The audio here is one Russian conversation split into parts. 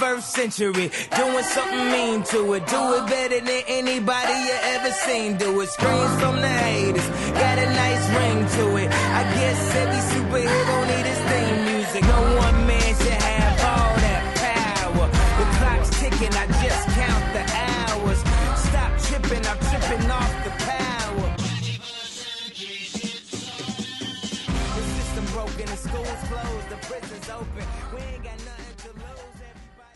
21st century, doing something mean to it. Do it better than anybody you ever seen. Do it. Screams from the haters, got a nice ring to it. I guess every superhero need his theme music. No one man should have all that power. The clock's ticking, I just count the hours. Stop tripping, I'm tripping off the power. The system broken, the schools closed, the prisons open. We ain't got nothing to lose, everybody.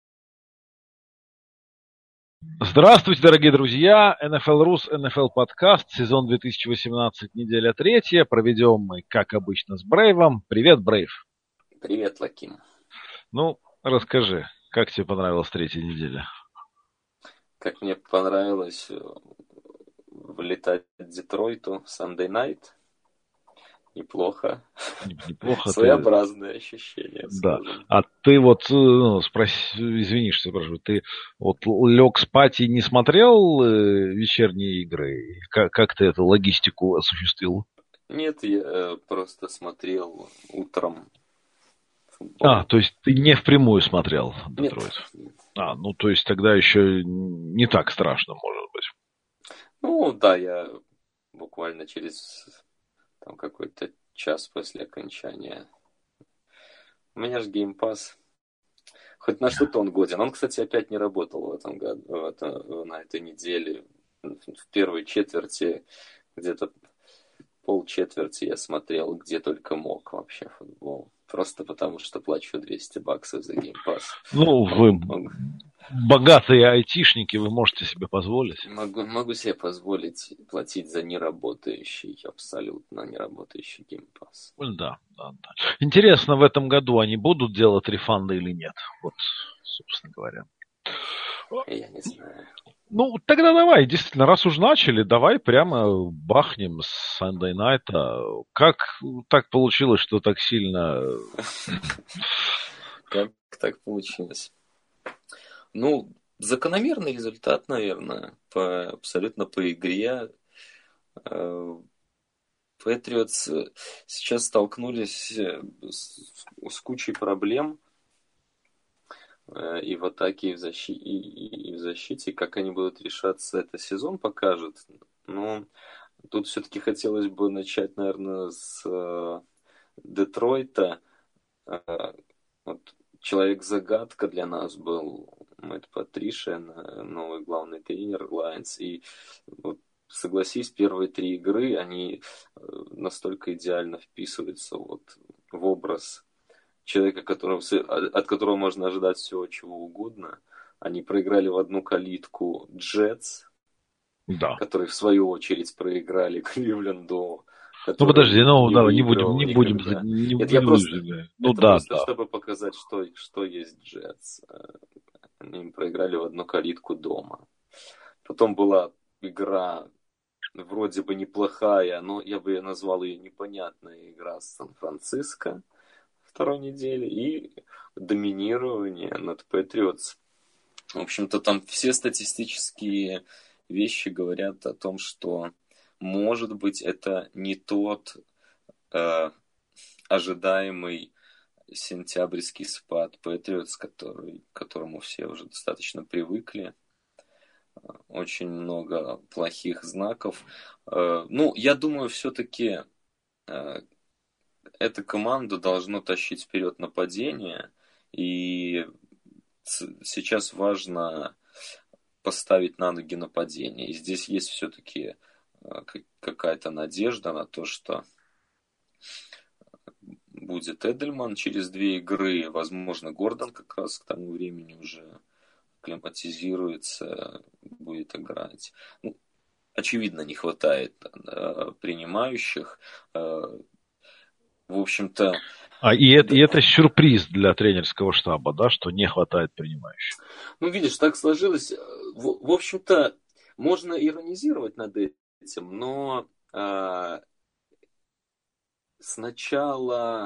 Здравствуйте, дорогие друзья! NFL Rus, NFL подкаст, сезон 2018, неделя 3. Проведем мы, как обычно, с Брейвом. Привет, Брейв. Привет, Лаким. Ну, расскажи, как тебе понравилась третья неделя? Как мне понравилось влетать в Детройту в Sunday Night. Неплохо. Неплохо. Своеобразное ощущение. Да. А ты вот, извини, что спрашиваю, ты вот лег спать и не смотрел вечерние игры? Как ты эту логистику осуществил? Нет, я просто смотрел утром футбол. А, то есть ты не впрямую смотрел Детройт? Нет. А, ну то есть тогда еще не так страшно, может быть. Ну да, я буквально через какой-то час после окончания. У меня же Game Pass. Хоть на что-то он годен. Он, кстати, опять не работал в этом году, на этой неделе. В первой четверти, где-то полчетверти я смотрел, где только мог вообще футбол. Просто потому, что плачу $200 за Game Pass. Ну, вы богатые айтишники, вы можете себе позволить. Могу себе позволить платить за неработающий, абсолютно неработающий Game Pass. Да. Интересно, в этом году они будут делать рефанды или нет? Вот, собственно говоря. Я не знаю. Ну, тогда давай, действительно, раз уж начали, давай прямо бахнем с Sunday Night. Как так получилось, что так сильно... Как так получилось? Ну, закономерный результат, наверное, абсолютно по игре. Патриотс сейчас столкнулись с кучей проблем и в атаке, и в защите. Как они будут решаться, это сезон покажет. Но тут все-таки хотелось бы начать, наверное, с Детройта. Вот человек-загадка для нас был Мэтт Патришиа, новый главный тренер Lions. И вот, согласись, первые 3 игры, они настолько идеально вписываются вот в образ человека, от которого можно ожидать всего чего угодно. Они проиграли в одну калитку Джетс, да, которые в свою очередь проиграли Кливленду. Ну подожди, не будем. Нет, я просто чтобы показать, что есть Джетс. Они проиграли в одну калитку дома. Потом была игра вроде бы неплохая, но я бы назвал ее непонятная игра с Сан-Франциско второй недели и доминирование над Патриотс. В общем-то, там все статистические вещи говорят о том, что, может быть, это не тот ожидаемый сентябрьский спад Патриотс, к которому все уже достаточно привыкли. Очень много плохих знаков. Ну, я думаю, все-таки эта команда должна тащить вперед нападение, и сейчас важно поставить на ноги нападение. И здесь есть все-таки какая-то надежда на то, что будет Эдельман через 2 игры. Возможно, Гордон как раз к тому времени уже акклиматизируется, будет играть. Ну, очевидно, не хватает принимающих. В общем-то... И это сюрприз для тренерского штаба, да, что не хватает принимающих. Ну, видишь, так сложилось. В общем-то, можно иронизировать над этим, но сначала...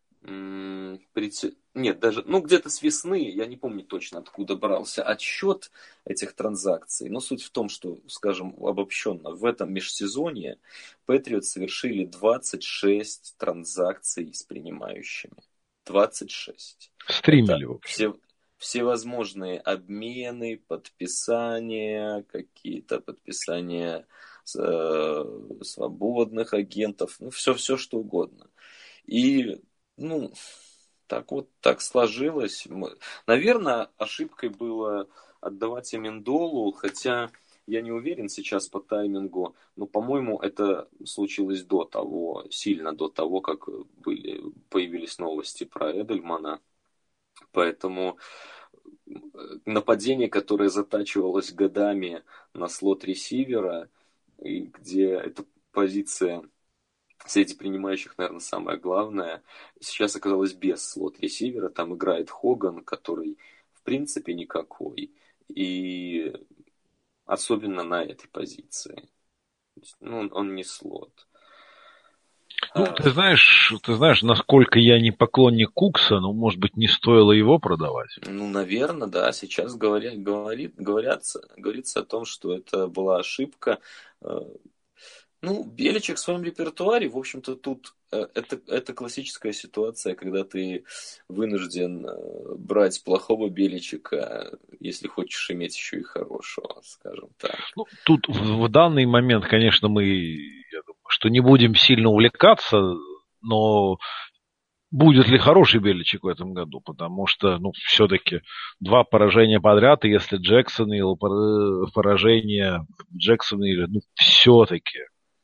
Нет, даже, где-то с весны, я не помню точно, откуда брался отсчет этих транзакций, но суть в том, что, скажем, обобщенно, в этом межсезонье Патриотс совершили 26 транзакций с принимающими. 26. Стримили, в общем. всевозможные обмены, подписания, какие-то подписания свободных агентов, ну, все что угодно. И, ну, так сложилось. Наверное, ошибкой было отдавать Амендолу, хотя я не уверен сейчас по таймингу, но, по-моему, это случилось сильно до того, как появились новости про Эдельмана. Поэтому нападение, которое затачивалось годами на слот ресивера, и где эта позиция среди принимающих, наверное, самое главное, сейчас оказалось без слот-ресивера. Там играет Хоган, который в принципе никакой. И особенно на этой позиции. Ну, он не слот. Ну, ты знаешь, насколько я не поклонник Кукса, но, может быть, не стоило его продавать? Ну, наверное, да. Сейчас говорится о том, что это была ошибка. Ну, Беличек в своем репертуаре, в общем-то, тут это классическая ситуация, когда ты вынужден брать плохого Беличика, если хочешь иметь еще и хорошего, скажем так. Ну, тут в данный момент, конечно, я думаю, что не будем сильно увлекаться, но будет ли хороший Беличек в этом году, потому что, ну, все-таки 2 поражения подряд, и если Джексонвилл, поражение Джексонвилля, ну, все-таки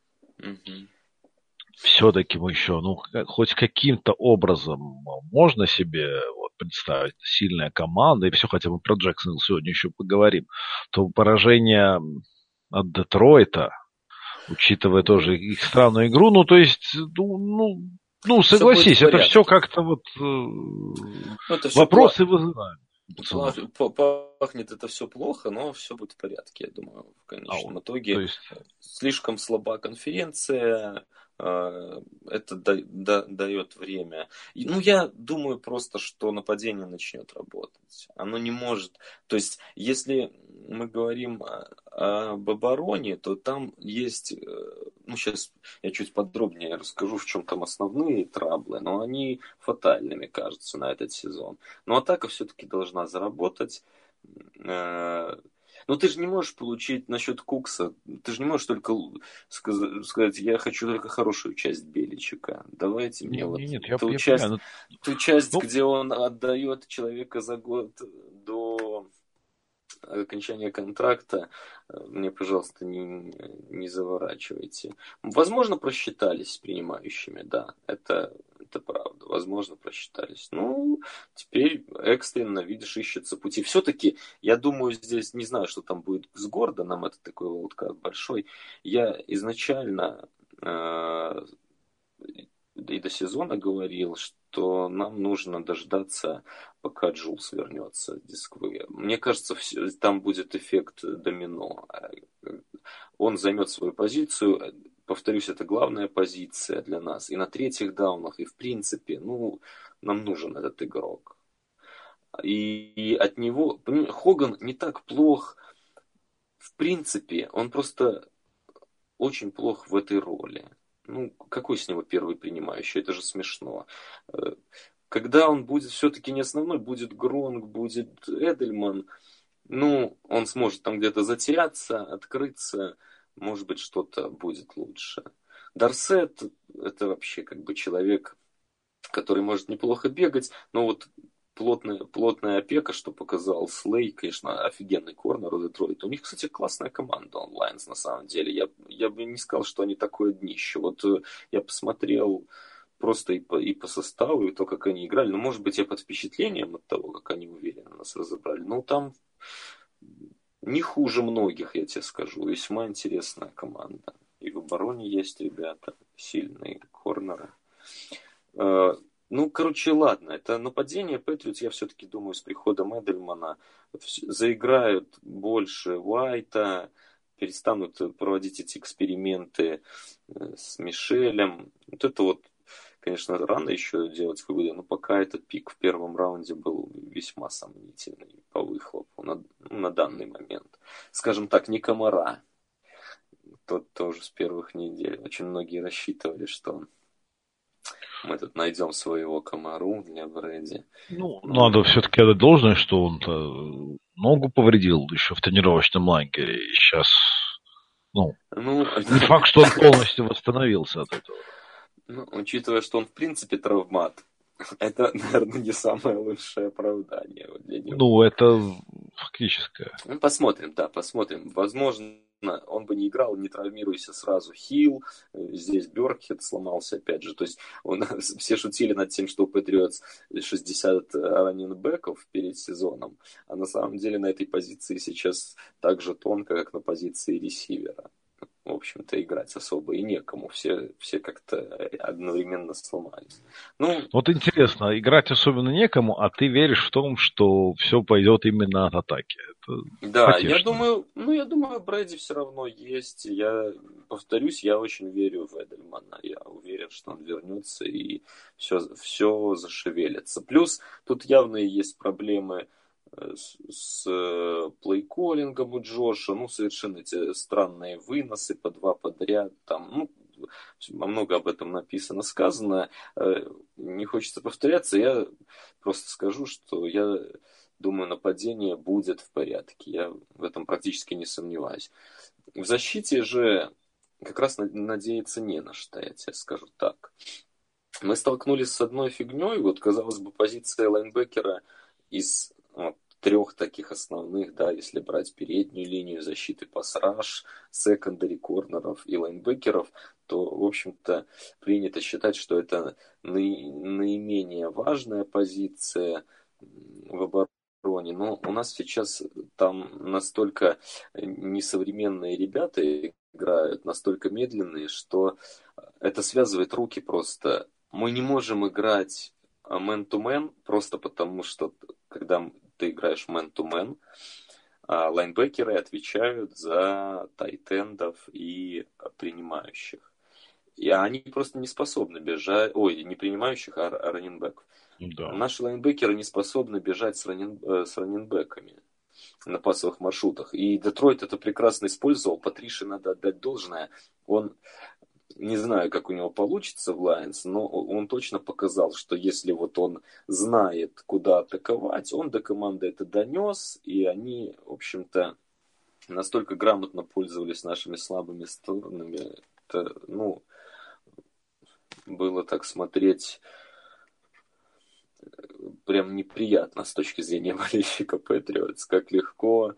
мы еще, ну, хоть каким-то образом можно себе представить сильная команда, и все, хотя бы про Джексонвилл сегодня еще поговорим, то поражение от Детройта, учитывая тоже их странную игру, ну, то есть, ну, согласись, это все как-то вопросы вызывают. Пахнет это все плохо, но все будет в порядке, я думаю, в конечном итоге. Слишком слаба конференция, это дает время. Ну, я думаю просто, что нападение начнет работать. Оно не может... То есть, если мы говорим об обороне, то там есть... Ну, сейчас я чуть подробнее расскажу, в чем там основные траблы, но они фатальными кажутся на этот сезон. Но атака все-таки должна заработать. Но ты же не можешь получить насчет Кукса, ты же не можешь только сказать, я хочу только хорошую часть Беличика. Давайте мне ту часть, где он отдает человека за год до окончания контракта, мне, пожалуйста, не заворачивайте. Возможно, просчитались с принимающими, да, это правда, возможно, просчитались. Ну, теперь экстренно, видишь, ищутся пути. Все-таки, я думаю, здесь, не знаю, что там будет с Гордоном, это такой вилдкарт большой. Я изначально и до сезона говорил, что нам нужно дождаться, пока Джулс вернется с Дисквы. Мне кажется, там будет эффект домино. Он займет свою позицию. Повторюсь, это главная позиция для нас. И на третьих даунах, и в принципе, ну, нам нужен этот игрок. И от него... Хоган не так плох. В принципе, он просто очень плох в этой роли. Ну, какой с него первый принимающий? Это же смешно. Когда он будет все-таки не основной, будет Гронк, будет Эдельман, ну, он сможет там где-то затеряться, открыться, может быть, что-то будет лучше. Дарсет – это вообще как бы человек, который может неплохо бегать, но вот плотная опека, что показал Слей, конечно, офигенный корнер у Детройта. У них, кстати, классная команда онлайн, на самом деле. Я бы не сказал, что они такое днище. Вот я посмотрел просто и по составу, и то, как они играли. Ну, может быть, я под впечатлением от того, как они уверенно нас разобрали. Но там не хуже многих, я тебе скажу. Весьма интересная команда. И в обороне есть ребята, сильные корнеры. Ну, короче, ладно, это нападение Патриотс, я все-таки думаю, с приходом Эдельмана заиграют больше Уайта, перестанут проводить эти эксперименты с Мишелем. Вот это вот, конечно, рано еще делать выводы, но пока этот пик в первом раунде был весьма сомнительный по выхлопу на данный момент. Скажем так, не Комара. Тот тоже с первых недель. Очень многие рассчитывали, что Мы тут найдем своего Камару для Брэди. Ну, надо все-таки отдать должное, что он-то ногу повредил еще в тренировочном лагере. И сейчас, не факт, что он полностью восстановился от этого. Ну, учитывая, что он в принципе травмат, это, наверное, не самое лучшее оправдание для него. Ну, это фактическое. Ну, посмотрим. Возможно, он бы не играл, не травмируйся сразу Хилл. Здесь Бёркхед сломался, опять же. То есть все шутили над тем, что у Патриотс 60 раннинбеков перед сезоном. А на самом деле на этой позиции сейчас так же тонко, как на позиции ресивера. В общем-то, играть особо и некому. Все как-то одновременно сломались. Вот интересно, играть особенно некому, а ты веришь в том, что все пойдет именно от атаки. Да, потешно. я думаю, Брэди все равно есть. Я повторюсь, я очень верю в Эдельмана. Я уверен, что он вернется и все зашевелится. Плюс тут явно есть проблемы с плей-коллингом у Джоша, совершенно эти странные выносы по 2 подряд, там, много об этом написано, сказано, не хочется повторяться, я просто скажу, что я думаю, нападение будет в порядке, я в этом практически не сомневаюсь. В защите же как раз надеяться не на что, я тебе скажу так. Мы столкнулись с одной фигней, вот, казалось бы, позиция лайнбекера из 3 таких основных, да, если брать переднюю линию защиты, пас-раш, секондари, корнеров и лайнбекеров, то, в общем-то, принято считать, что это наименее важная позиция в обороне. Но у нас сейчас там настолько несовременные ребята играют, настолько медленные, что это связывает руки просто. Мы не можем играть man-to-man просто потому, что когда ты играешь man-to-man, лайнбекеры отвечают за тайтендов и принимающих. И они просто не способны бежать... не принимающих, а раннинбеков. Да. Наши лайнбекеры не способны бежать с раннинбеками на пасовых маршрутах. И Детройт это прекрасно использовал. Патриши надо отдать должное. Он... Не знаю, как у него получится в Lions, но он точно показал, что если вот он знает, куда атаковать, он до команды это донес, и они, в общем-то, настолько грамотно пользовались нашими слабыми сторонами. Это, было так смотреть прям неприятно с точки зрения болельщика Патриотс, как легко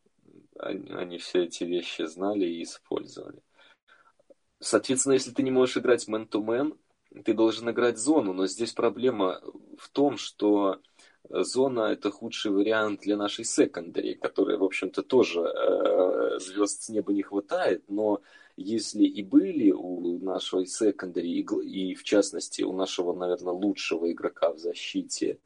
они все эти вещи знали и использовали. Соответственно, если ты не можешь играть man-to-man, ты должен играть зону. Но здесь проблема в том, что зона – это худший вариант для нашей секондари, которой, в общем-то, тоже звезд с неба не хватает. Но если и были у нашей секондари, и в частности у нашего, наверное, лучшего игрока в защите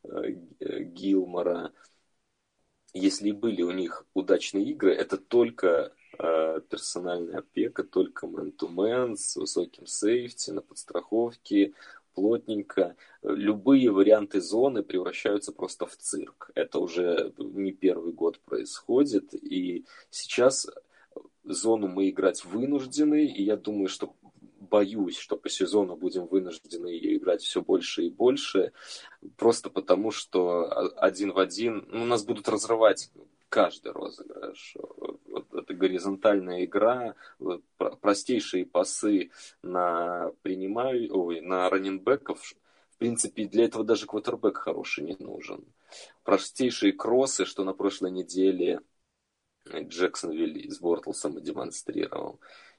Гилмора, если и были у них удачные игры, это только... персональная опека, только man-to-man, с высоким сейфти, на подстраховке, плотненько. Любые варианты зоны превращаются просто в цирк. Это уже не первый год происходит, и сейчас зону мы играть вынуждены, и я думаю, что боюсь, что по сезону будем вынуждены ее играть все больше и больше, просто потому что один в один, нас будут разрывать каждый розыгрыш. Это горизонтальная игра, простейшие пасы на на раннинбеков. В принципе, для этого даже квотербек хороший не нужен. Простейшие кроссы, что на прошлой неделе Джексонвилл с Бортлсом и демонстрировал.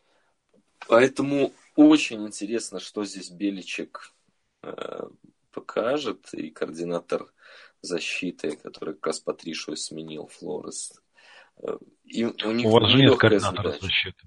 Поэтому очень интересно, что здесь Беличек покажет, и координатор защиты, который как раз Патришио сменил, Флорес. И у них вас же нет координатора защиты.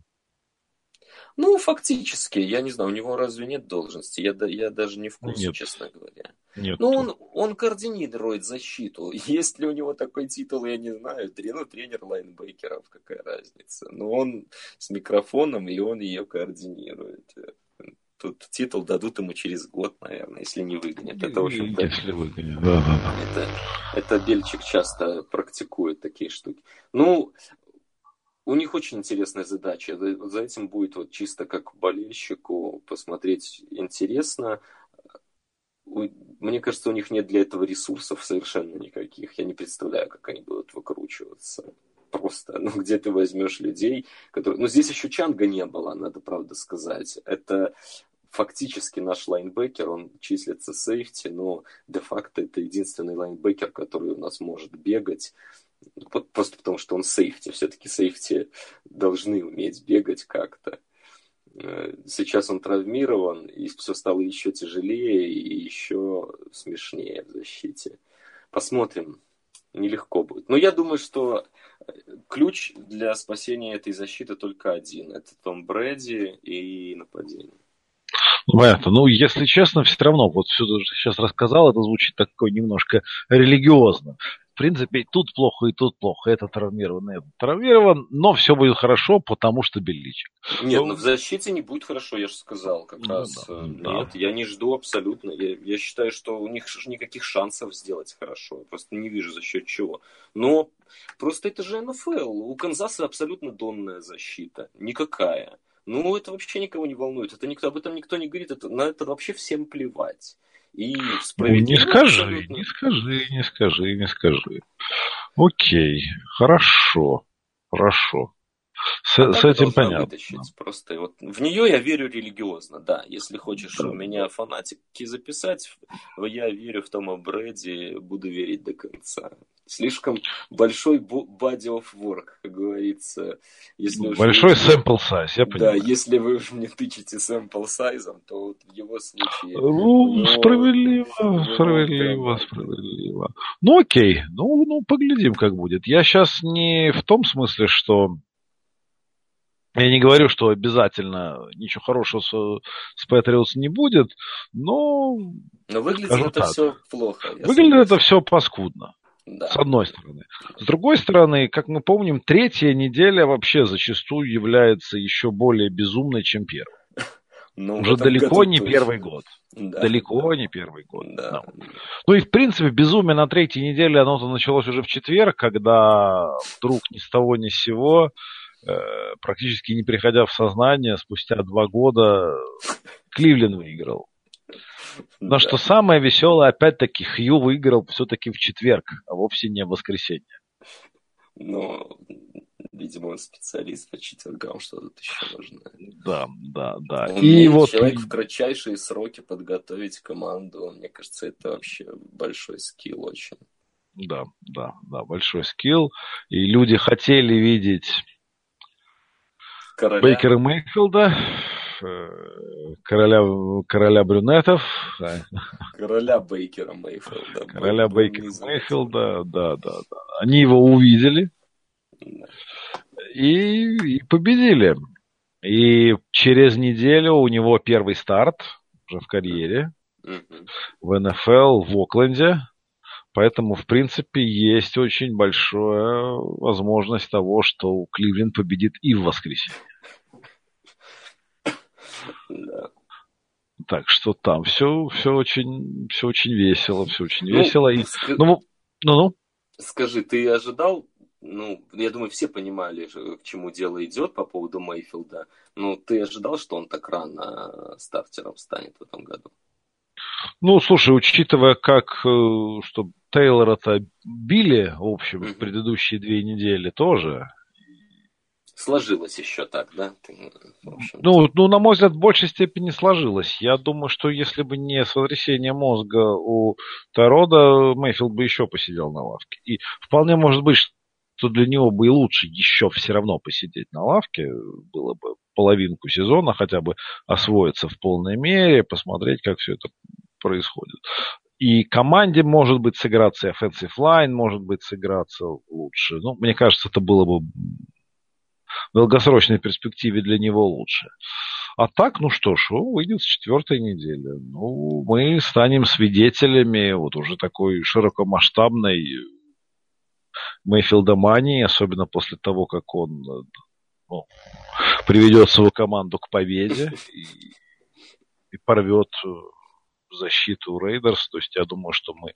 Фактически, я не знаю, у него разве нет должности? Я даже не в курсе, честно говоря. Нет. Он координирует защиту. Есть ли у него такой титул, я не знаю. Тренер лайнбекеров, какая разница. Но он с микрофоном, и он ее координирует. Тут титул дадут ему через год, наверное, если не выгонят. Это, в общем-то, если выгонят, да. Это Бельчик часто практикует такие штуки. У них очень интересная задача. За этим будет чисто как болельщику посмотреть интересно. Мне кажется, у них нет для этого ресурсов совершенно никаких. Я не представляю, как они будут выкручиваться. Просто, где ты возьмешь людей, которые... здесь еще Чанга не было, надо правда сказать. Это фактически наш лайнбекер, он числится сейфти, но де-факто это единственный лайнбекер, который у нас может бегать. Просто потому, что он сейфти. Все-таки сейфти должны уметь бегать как-то. Сейчас он травмирован, и все стало еще тяжелее и еще смешнее в защите. Посмотрим. Нелегко будет. Но я думаю, что ключ для спасения этой защиты только один. Это Том Брэди и нападение. Понятно. Если честно, все равно, вот все, что ты сейчас рассказал, это звучит такое немножко религиозно. В принципе, и тут плохо, и тут плохо. Этот травмирован, и этот травмирован, но все будет хорошо, потому что Беличик. Нет, в защите не будет хорошо, я же сказал как раз. Нет, я не жду абсолютно. Я считаю, что у них никаких шансов сделать хорошо. Я просто не вижу за счет чего. Но просто это же НФЛ. У Канзаса абсолютно донная защита. Никакая. Это вообще никого не волнует. Об этом никто не говорит. На это вообще всем плевать. И не скажи. Окей, хорошо. С этим понятно. Просто в нее я верю религиозно, да. Если хочешь у меня фанатики записать, я верю в Тома Брэди, буду верить до конца. Слишком большой body of work, как говорится. Большой sample size, я понимаю. Да, если вы уж мне тычете sample size, то в его случае... Справедливо. Окей, поглядим, как будет. Я сейчас не в том смысле, что... Я не говорю, что обязательно ничего хорошего с Patriots не будет, но выглядит это все плохо. Выглядит это все паскудно. Да. С одной стороны. С другой стороны, как мы помним, третья неделя вообще зачастую является еще более безумной, чем первая. Уже далеко не первый год. Да, далеко не первый год. Да. И в принципе безумие на третьей неделе, оно-то началось уже в четверг, когда вдруг ни с того ни с сего, практически не приходя в сознание, спустя 2 года Кливленд выиграл. Но что самое веселое, опять-таки, Хью выиграл все-таки в четверг, а вовсе не в воскресенье. Видимо, он специалист по четвергам, что тут еще важно. Да. И человек в кратчайшие сроки подготовить команду, мне кажется, это вообще большой скилл очень. Да, большой скилл. И люди хотели видеть Бейкера Мейфилда, короля брюнетов. Короля Бейкера Мейфилда. Короля Бейкера Мейфилда, да. Они его увидели и победили. И через неделю у него первый старт уже в карьере в НФЛ в Окленде. Поэтому, в принципе, есть очень большая возможность того, что Кливленд победит и в воскресенье. Да. Так что там все очень весело, Скажи, ты ожидал? Я думаю, все понимали, к чему дело идет по поводу Мейфилда. Ты ожидал, что он так рано стартером станет в этом году? Слушай, учитывая, что Тейлора-то били, в общем, в предыдущие 2 недели тоже. Сложилось еще так, да? На мой взгляд, в большей степени сложилось. Я думаю, что если бы не сотрясение мозга у Тарода, Мейфилд бы еще посидел на лавке. И вполне может быть, что для него бы и лучше еще все равно посидеть на лавке. Было бы половинку сезона хотя бы освоиться в полной мере, посмотреть, как все это происходит. И команде, может быть, сыграться, и offensive line, может быть, сыграться лучше. Мне кажется, это было бы в долгосрочной перспективе для него лучше. А так, выйдет с 4-й недели. Мы станем свидетелями уже такой широкомасштабной Мейфилдомании, особенно после того, как он приведет свою команду к победе и порвет защиту Рейдерс. То есть я думаю, что мы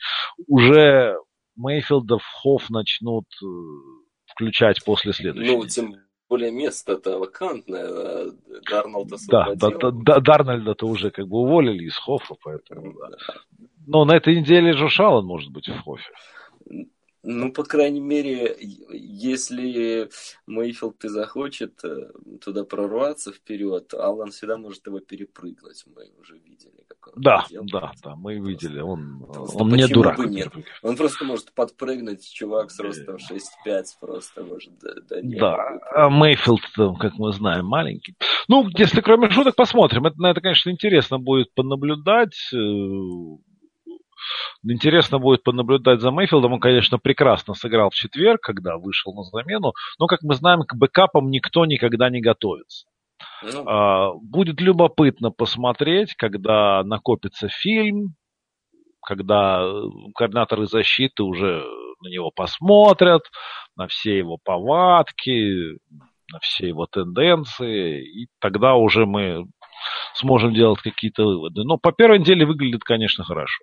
уже Мейфилда в Хофф начнут включать после следующего. более место-то вакантное, а Дарнолд Да, освободил. Дарнольда-то уже как бы уволили из Хоффа, поэтому да. Но на этой неделе Джош Аллен может быть в Хоффе. Ну, по крайней мере, если Мейфилд и захочет туда прорваться вперед, Аллан всегда может его перепрыгнуть. Мы уже видели, как он Да, делает. Да, мы видели. Он не дурак. Нет? Он просто может подпрыгнуть, чувак с ростом 6'5", просто может до неба. Да, а Мейфилд, как мы знаем, маленький. Ну, если кроме шуток, посмотрим. На это, конечно, интересно будет понаблюдать. Интересно будет понаблюдать за Мейфилдом. Он, конечно, прекрасно сыграл в четверг, когда вышел на замену. Но, как мы знаем, к бэкапам никто никогда не готовится. Будет любопытно посмотреть, когда накопится фильм, когда координаторы защиты уже на него посмотрят, на все его повадки, на все его тенденции, и тогда уже мы сможем делать какие-то выводы. Но по первой неделе выглядит, конечно, хорошо.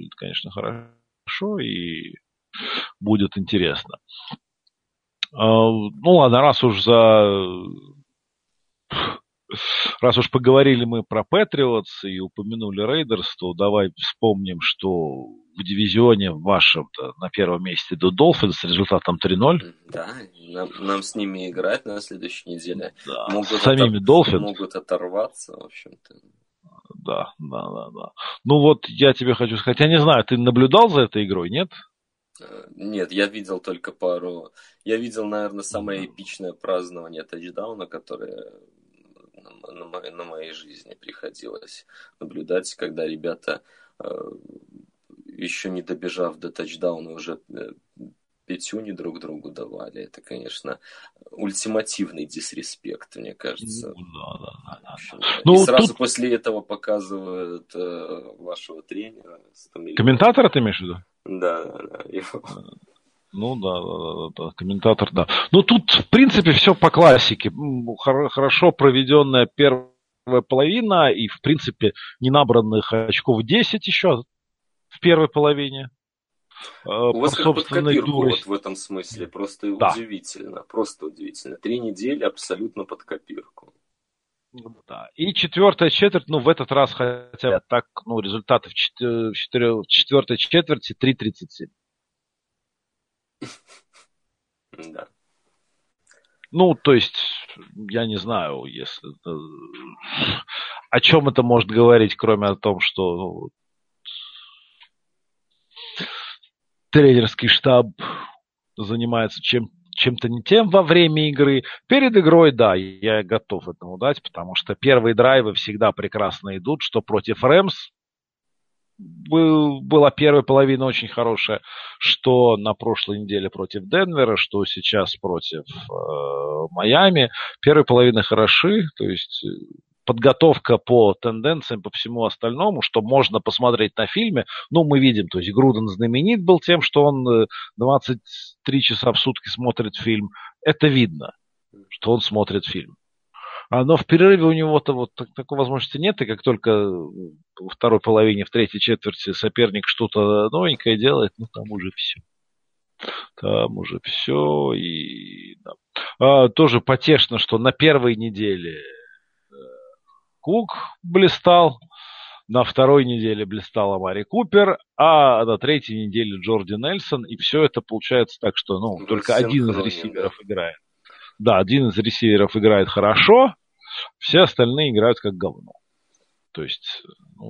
И будет интересно. Ну ладно, раз уж поговорили мы про Патриотс и упомянули Рейдерс, то давай вспомним, что в дивизионе вашем-то на первом месте идут Долфинс с результатом 3-0. Да, нам с ними играть на следующей неделе. Да, с самими Долфинс. Могут оторваться, в общем-то. Да. Ну вот я тебе хочу сказать, я не знаю, ты наблюдал за этой игрой, нет? Нет, я видел только пару. Я видел, наверное, самое эпичное празднование тачдауна, которое на моей жизни приходилось наблюдать, когда ребята, еще не добежав до тачдауна, уже пятюни друг другу давали. Это, конечно, ультимативный дисреспект, мне кажется. Да. И сразу после этого показывают вашего тренера. Комментатора ты имеешь в виду? Да. Его. Ну да, комментатор, да. Ну тут, в принципе, все по классике. Хорошо проведенная первая половина и, в принципе, не набранных очков 10 еще в первой половине. У вас как под копирку вот в этом смысле. Просто удивительно. 3 недели абсолютно под копирку. Да. И четвертая четверть, в этот раз хотя бы так, результаты в четвертой четверти 3:37. Да. То есть, я не знаю, если о чем это может говорить, кроме о том, что тренерский штаб занимается чем-то не тем во время игры. Перед игрой, да, я готов этому дать, потому что первые драйвы всегда прекрасно идут, что против Рэмс была первая половина очень хорошая, что на прошлой неделе против Денвера, что сейчас против Майами. Первые половины хороши, то есть подготовка по тенденциям, по всему остальному, что можно посмотреть на фильме. Мы видим, то есть Груден знаменит был тем, что он 23 часа в сутки смотрит фильм. Это видно, что он смотрит фильм. Но в перерыве у него-то вот такой возможности нет, и как только во второй половине, в третьей четверти соперник что-то новенькое делает, там уже все. И да. Тоже потешно, что на первой неделе Кук блистал, на второй неделе блистал Амари Купер, а на третьей неделе Джорди Нельсон, и все это получается так, что только один из ресиверов играет. Да, один из ресиверов играет хорошо, все остальные играют как говно. То есть,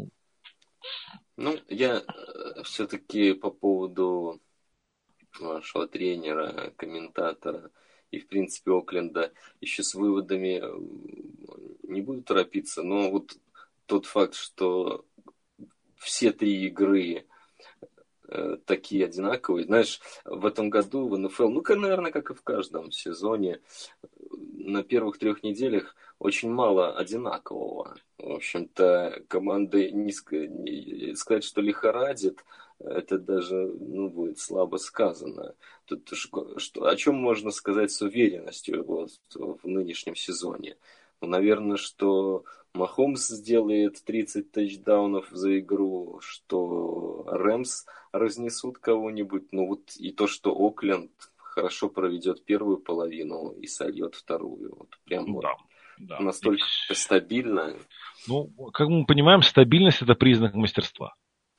я все-таки по поводу вашего тренера, комментатора и, в принципе, Окленда еще с выводами не буду торопиться, но вот тот факт, что все 3 игры такие одинаковые. Знаешь, в этом году в НФЛ, наверное, как и в каждом сезоне, на первых 3 неделях очень мало одинакового. В общем-то, команды не сказать, что лихорадит, это даже будет слабо сказано. Тут о чем можно сказать с уверенностью в нынешнем сезоне? Наверное, что Махомс сделает 30 тачдаунов за игру, что Рэмс разнесут кого-нибудь. И то, что Окленд хорошо проведет первую половину и сольет вторую. Вот прям вот да. Настолько стабильно. Ну, как мы понимаем, стабильность – это признак мастерства.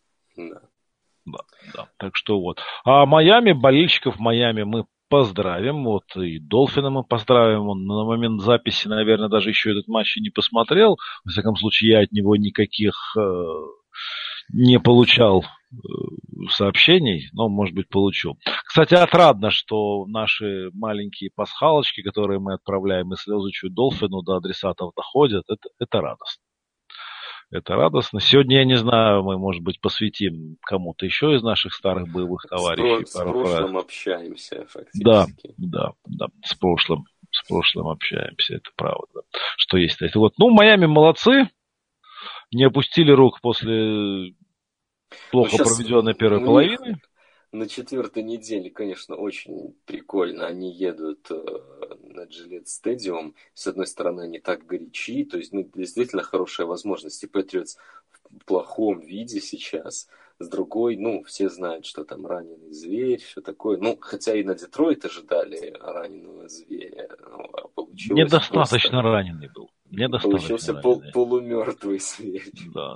Да. Так что вот. А Майами, болельщиков Майами мы поздравим. Вот и Долфина мы поздравим. Он на момент записи, наверное, даже еще этот матч и не посмотрел. Во всяком случае, я от него никаких не получал сообщений, но, может быть, получу. Кстати, отрадно, что наши маленькие пасхалочки, которые мы отправляем и слезочью Долфину до адресатов доходят, это радостно. Это радостно. Сегодня, я не знаю, мы, может быть, посвятим кому-то еще из наших старых боевых товарищей. С прошлым общаемся, фактически. Да. С прошлым общаемся, это правда. Что есть. Вот. Ну, Майами молодцы. Не опустили рук после плохо проведенной первой половины. На 4-й неделе, конечно, очень прикольно. Они едут на Gillette Stadium. С одной стороны, они так горячи. То есть, действительно хорошая возможность. И Патриотс в плохом виде сейчас. С другой, все знают, что там раненый зверь, все такое. Хотя и на Детройт ожидали раненого зверя. Недостаточно раненый был. Получился полумертвый зверь. Да.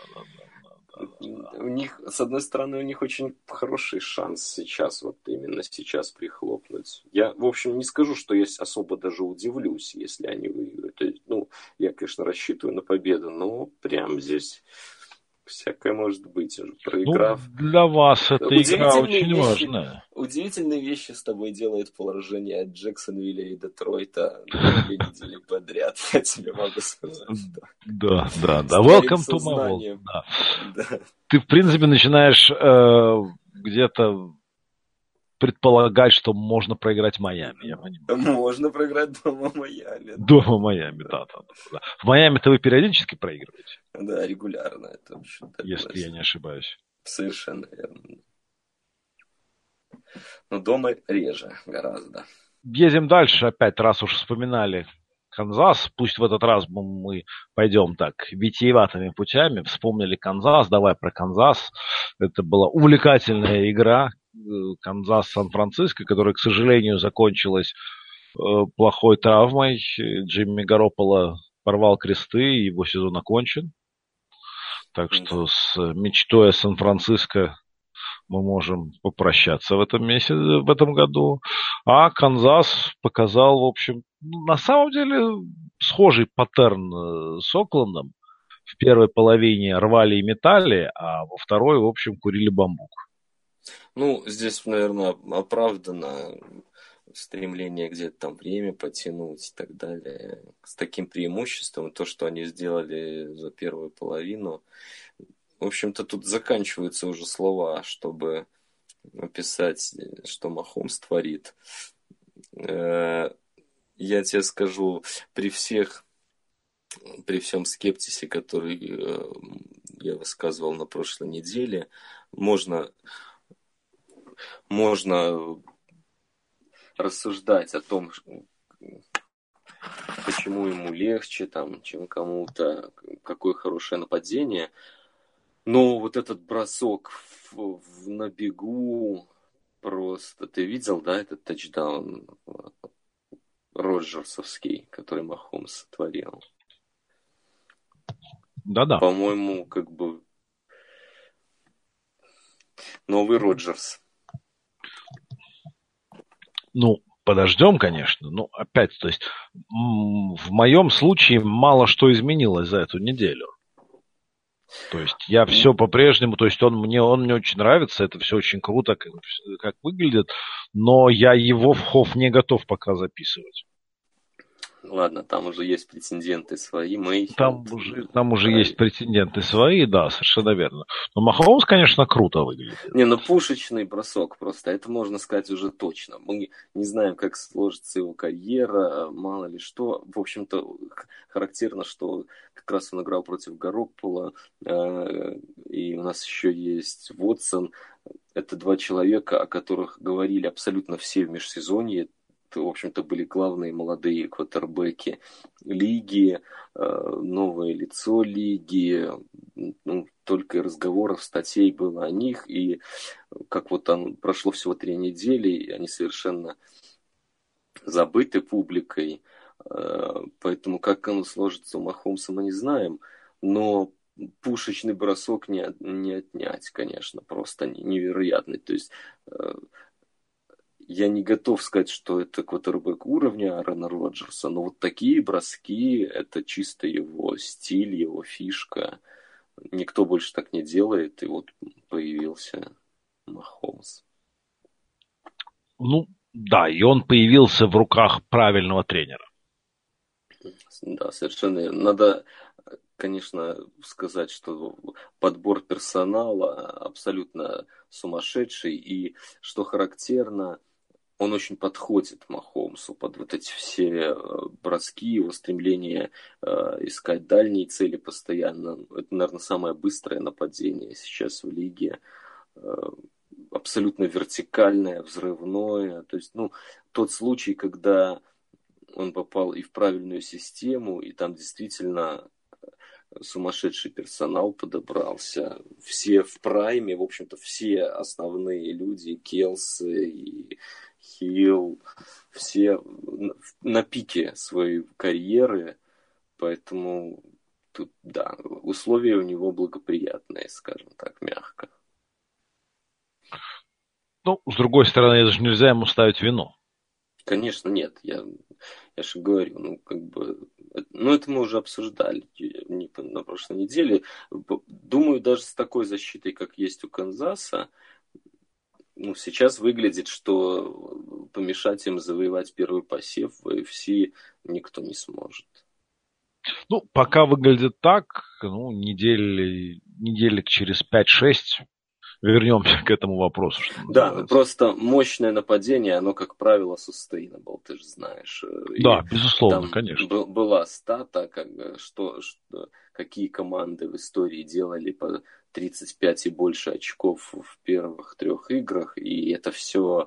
У них, с одной стороны, у них очень хороший шанс сейчас, вот именно сейчас прихлопнуть. Я, в общем, не скажу, что я особо даже удивлюсь, если они выиграют. То есть, я, конечно, рассчитываю на победу, но прям здесь всякое может быть. Проиграв... для вас эта игра очень важная. Удивительные вещи с тобой делает положение от Джексонвилля и Детройта 2 недели подряд, я тебе могу сказать. Да. Welcome to my world. Да. Ты, в принципе, начинаешь где-то предполагать, что можно проиграть Майами, я понимаю. Можно проиграть дома Майами. Дома Майами, да. В Майами-то вы периодически проигрываете? Да, регулярно. Это если я не ошибаюсь. Совершенно верно. Но дома реже гораздо. Едем дальше опять, раз уж вспоминали Канзас. Пусть в этот раз мы пойдем так витиеватыми путями. Вспомнили Канзас, давай про Канзас. Это была увлекательная игра Канзас-Сан-Франциско, которая, к сожалению, закончилась плохой травмой. Джимми Гарополо порвал кресты, его сезон окончен. Так что с мечтой о Сан-Франциско мы можем попрощаться в этом году. А Канзас показал, в общем, на самом деле схожий паттерн с Оклендом. В первой половине рвали и метали, а во второй, в общем, курили бамбук. Здесь, наверное, оправдано стремление где-то там время потянуть и так далее. С таким преимуществом, то, что они сделали за первую половину. В общем-то, тут заканчиваются уже слова, чтобы описать, что Махомс творит. Я тебе скажу, при всем скептисе, который я высказывал на прошлой неделе, можно рассуждать о том, почему ему легче, чем кому-то, какое хорошее нападение. Но вот этот бросок на бегу просто... Ты видел, да, этот тачдаун роджерсовский, который Махомс творил? Да. По-моему, новый Роджерс. Подождем, конечно. Опять, то есть, в моем случае мало что изменилось за эту неделю. То есть, я все по-прежнему, то есть, он мне очень нравится, это все очень круто, как выглядит, но я его в хов не готов пока записывать. Ладно, там уже есть претенденты свои. Там уже есть претенденты свои, да, совершенно верно. Но Махомс, конечно, круто выглядит. Пушечный бросок просто. Это можно сказать уже точно. Мы не знаем, как сложится его карьера, мало ли что. В общем-то, характерно, что как раз он играл против Гаропполо, и у нас еще есть Вотсон. Это 2 человека, о которых говорили абсолютно все в межсезонье. в общем-то, были главные молодые квотербеки лиги, новое лицо лиги, ну, только разговоров, статей было о них, и как вот там прошло всего 3 недели, и они совершенно забыты публикой, поэтому как оно сложится у Махомса, мы не знаем, но пушечный бросок не отнять, конечно, просто невероятный. То есть я не готов сказать, что это квотербек уровня Аарона Роджерса, но вот такие броски, это чисто его стиль, его фишка. Никто больше так не делает, и вот появился Махомс. Ну, да, и он появился в руках правильного тренера. Да, совершенно верно. Надо, конечно, сказать, что подбор персонала абсолютно сумасшедший, и, что характерно, он очень подходит Махомсу под вот эти все броски, его стремление искать дальние цели постоянно. Это, наверное, самое быстрое нападение сейчас в лиге. Абсолютно вертикальное, взрывное. То есть, ну, тот случай, когда он попал и в правильную систему, и там действительно сумасшедший персонал подобрался. Все в прайме, в общем-то, все основные люди, Келси и Хилл, все на пике своей карьеры, поэтому тут, да, условия у него благоприятные, скажем так, мягко. Ну, с другой стороны, это же нельзя ему ставить вину. Конечно, нет, я же говорю, ну, как бы, ну, это мы уже обсуждали на прошлой неделе. Думаю, даже с такой защитой, как есть у Канзаса, ну, сейчас выглядит, что помешать им завоевать первый посев в AFC никто не сможет. Ну, пока выглядит так, ну, недели через 5-6 вернемся к этому вопросу. Да, называется. Просто мощное нападение, оно, как правило, sustainable, ты же знаешь. Да, и безусловно, там конечно. Была стата, какие команды в истории делали по 35 и больше очков в первых 3 играх, и это все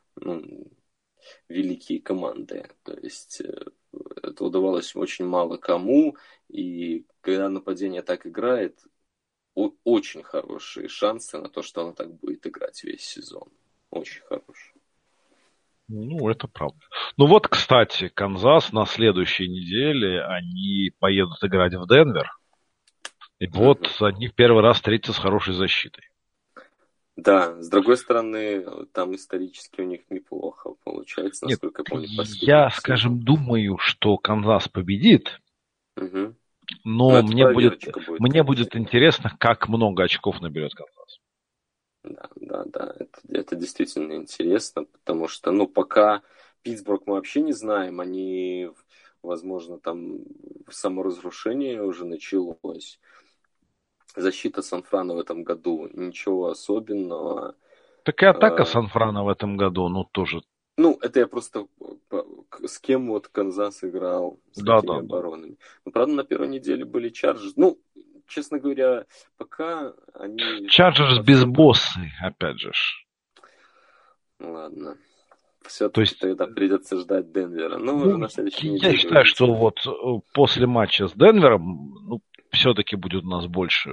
великие команды. То есть это удавалось очень мало кому, и когда нападение так играет, очень хорошие шансы на то, что оно так будет играть весь сезон. Очень хорошие. Ну, это правда. Ну вот, кстати, Канзас на следующей неделе, они поедут играть в Денвер. И вот они в первый раз встретятся с хорошей защитой. Да, с другой стороны, там исторически у них неплохо получается, насколько я помню. Я, скажем, думаю, что Канзас победит. Но мне будет интересно, как много очков наберет Канзас. Да, это действительно интересно, потому что, ну, пока Питтсбург мы вообще не знаем, они, возможно, там саморазрушение уже началось. Защита Сан-Франа в этом году ничего особенного. Так и атака Сан-Франа в этом году, ну, тоже. Ну, это я просто с кем вот Канзас играл, с какими оборонами. Ну, правда, на первой неделе были Чарджерс. Ну, честно говоря, пока они... Чарджерс без боссы, опять же. Ну, ладно. Все-таки тогда придется ждать Денвера. Ну, уже на следующей неделе. Я считаю, что вот после матча с Денвером, ну, все-таки будет у нас больше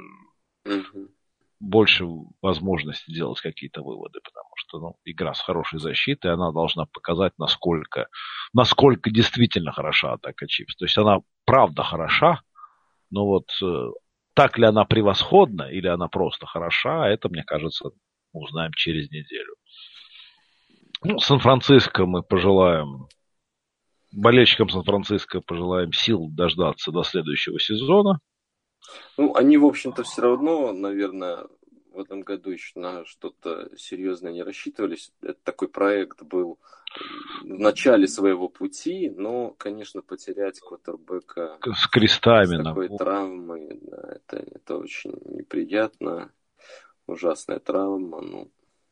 возможности делать какие-то выводы, потому что, ну, игра с хорошей защитой, она должна показать, насколько действительно хороша атака Чифс. То есть она правда хороша, но вот так ли она превосходна или она просто хороша, это, мне кажется, мы узнаем через неделю. Ну, Сан-Франциско мы пожелаем, болельщикам Сан-Франциско пожелаем сил дождаться до следующего сезона. Ну, они, в общем-то, все равно, наверное, в этом году еще на что-то серьезное не рассчитывались. Это такой проект был в начале своего пути, но, конечно, потерять квотербека с крестами, с такой травмой, да, это очень неприятно. Ужасная травма, ну,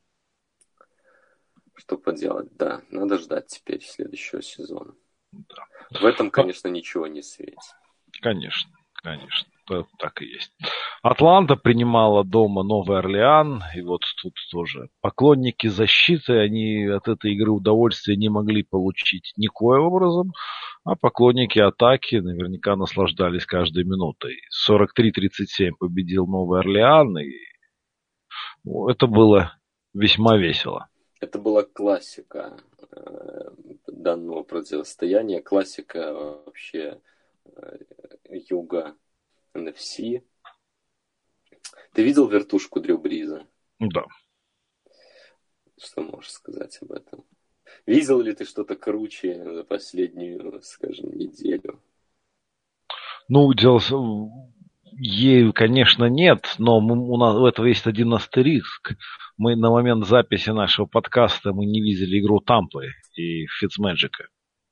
что поделать, да, надо ждать теперь следующего сезона. Да. В этом, конечно, ничего не светит. Конечно. Так и есть. Атланта принимала дома Новый Орлеан, и вот тут тоже поклонники защиты, они от этой игры удовольствия не могли получить никоим образом, а поклонники атаки наверняка наслаждались каждой минутой. 43-37 победил Новый Орлеан, и это было весьма весело. Это была классика данного противостояния, классика вообще юга NFC. Ты видел вертушку Дрю Бриза? Да. Что можешь сказать об этом? Видел ли ты что-то круче за последнюю, скажем, неделю? Ну, ей, конечно, нет, но у нас у этого есть один астериск. Мы на момент записи нашего подкаста мы не видели игру Тампы и Фитцмэджика.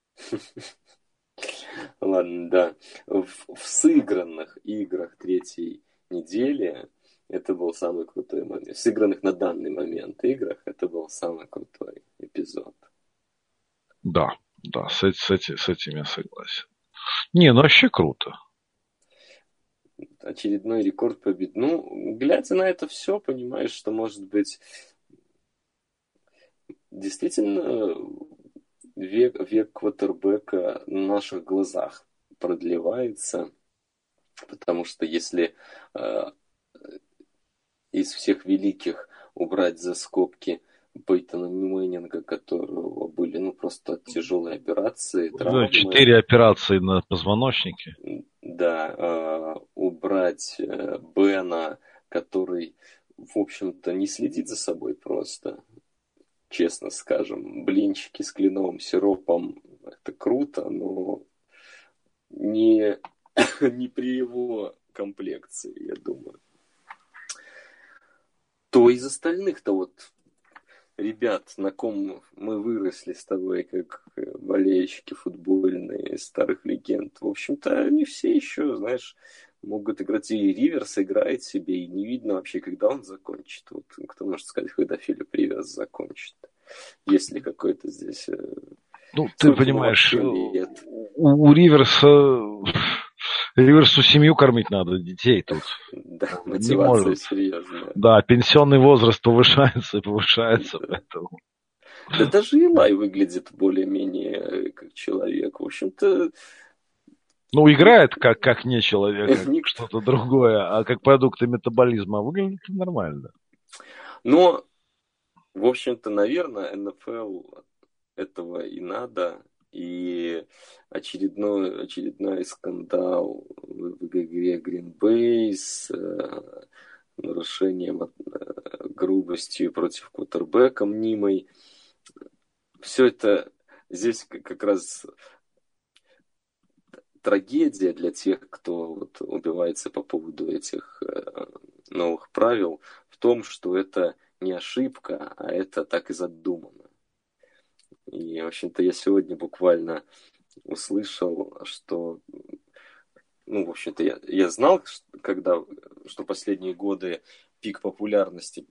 Ладно, да. В сыгранных играх третьей недели это был самый крутой момент. В сыгранных на данный момент играх это был самый крутой эпизод. Да, с этим я согласен. Не, ну вообще круто. Очередной рекорд побед. Ну, глядя на это все, понимаешь, что, может быть, действительно век квотербека на наших глазах продлевается. Потому что если из всех великих убрать за скобки Пейтона Мэннинга, которого были просто тяжелые операции, травмы. 4 операции на позвоночнике. Да, убрать Бена, который, в общем-то, не следит за собой просто, честно скажем. Блинчики с кленовым сиропом – это круто, но не при его комплекции, я думаю. То из остальных-то вот ребят, на ком мы выросли с тобой, как болельщики футбольные, старых легенд, в общем-то, они все еще, знаешь, могут играть. И Риверс играет себе, и не видно вообще, когда он закончит. Вот кто может сказать, когда Филипп Риверс закончит? Есть ли какой-то здесь... Ну, ты понимаешь, у Риверсу семью кормить надо, детей тут. Да, мотивация серьезная. Да, пенсионный возраст повышается и повышается, да. Поэтому... Да даже Илай выглядит более-менее как человек. В общем-то... Ну, играет как не человек, как что-то другое, а как продукты метаболизма выглядит нормально. Но, в общем-то, наверное, НФЛ этого и надо. И очередной скандал в игре Green Bay с нарушением, грубостью против квотербека мнимой. Все это здесь как раз трагедия для тех, кто вот убивается по поводу этих новых правил, в том, что это не ошибка, а это так и задумано. И, в общем-то, я сегодня буквально услышал, что, ну, в общем-то, я знал, что последние годы пик популярности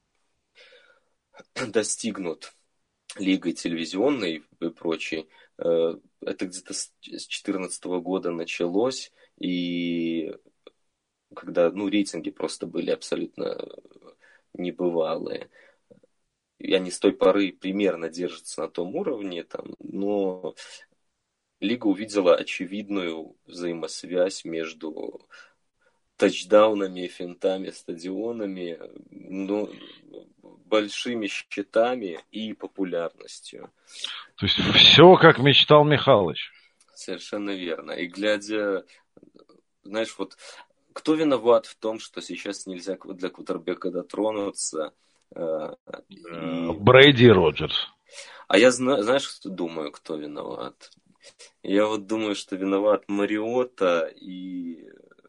достигнут лигой телевизионной и прочей. Это где-то с 2014 года началось, и когда, рейтинги просто были абсолютно небывалые. И они с той поры примерно держатся на том уровне, но лига увидела очевидную взаимосвязь между тачдаунами, финтами, стадионами, большими счетами и популярностью. То есть все, как мечтал Михалыч. Совершенно верно. И глядя, знаешь, вот кто виноват в том, что сейчас нельзя для квотербека дотронуться? Брейди и Роджерс. А я, знаешь, что думаю, кто виноват? Я вот думаю, что виноват Мариотта и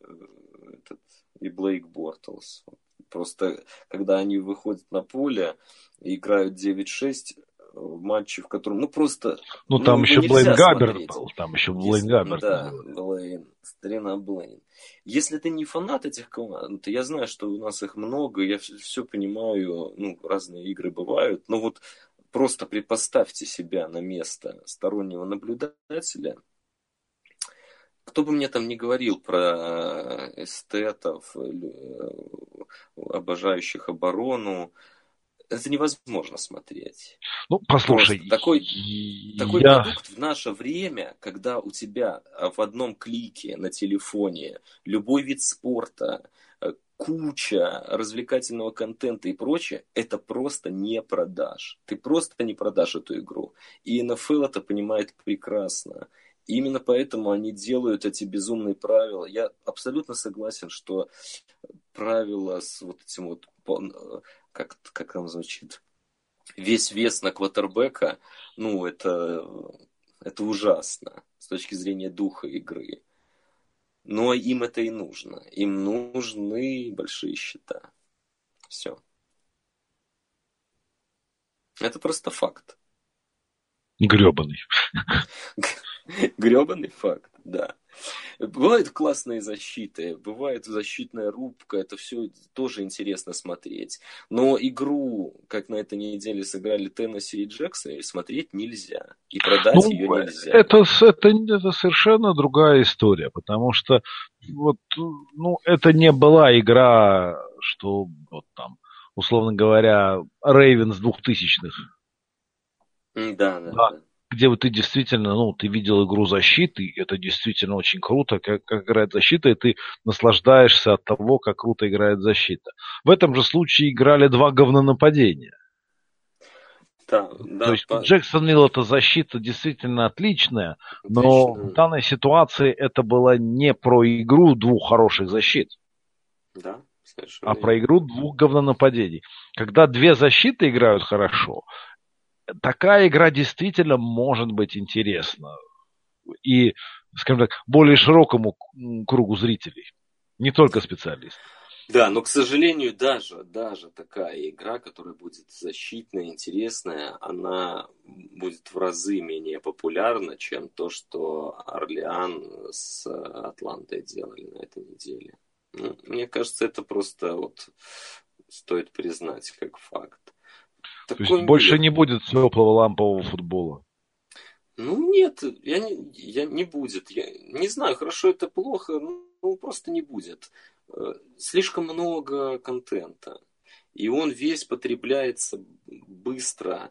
Блейк Бортлс. Просто, когда они выходят на поле и играют 9-6 в матче, в котором, просто... там еще Блейн Габберт был. Да, Блейн, старина Блейн. Если ты не фанат этих команд, то я знаю, что у нас их много, я все понимаю, разные игры бывают, но вот просто представьте себя на место стороннего наблюдателя Кто бы мне там ни говорил про эстетов, обожающих оборону, это невозможно смотреть. Ну, послушай, просто такой продукт в наше время, когда у тебя в одном клике на телефоне любой вид спорта, куча развлекательного контента и прочее, это просто не продашь. Ты просто не продашь эту игру. И НФЛ это понимает прекрасно. Именно поэтому они делают эти безумные правила. Я абсолютно согласен, что правила с вот этим вот, как там звучит, весь вес на квотербека, ну, это ужасно с точки зрения духа игры. Но им это и нужно. Им нужны большие счета. Все. Это просто факт. Гребаный. Гребаный факт, да. Бывают классные защиты, бывает защитная рубка, это все тоже интересно смотреть. Но игру, как на этой неделе сыграли Теннесси и Джексон, смотреть нельзя. И продать ее нельзя. Это совершенно другая история, потому что вот, ну, это не была игра, что вот там, условно говоря, Рейвенс 2000-х. Да. Где вот ты действительно, ну, ты видел игру защиты, и это действительно очень круто, как играет защита, и ты наслаждаешься от того, как круто играет защита. В этом же случае играли два говнонападения. Да, то есть у Джексонвилла эта защита действительно отличная, но в данной ситуации это была не про игру двух хороших защит, да, а про игру двух говнонападений. Когда две защиты играют хорошо, такая игра действительно может быть интересна. И, скажем так, более широкому кругу зрителей. Не только специалистов. Да, но, к сожалению, даже такая игра, которая будет защитная, интересная, она будет в разы менее популярна, чем то, что Орлеан с Атлантой делали на этой неделе. Ну, мне кажется, это просто вот стоит признать как факт. То есть больше не будет теплого лампового футбола? Ну, нет, не будет. Я не знаю, хорошо это плохо, ну, просто не будет. Слишком много контента. И он весь потребляется быстро,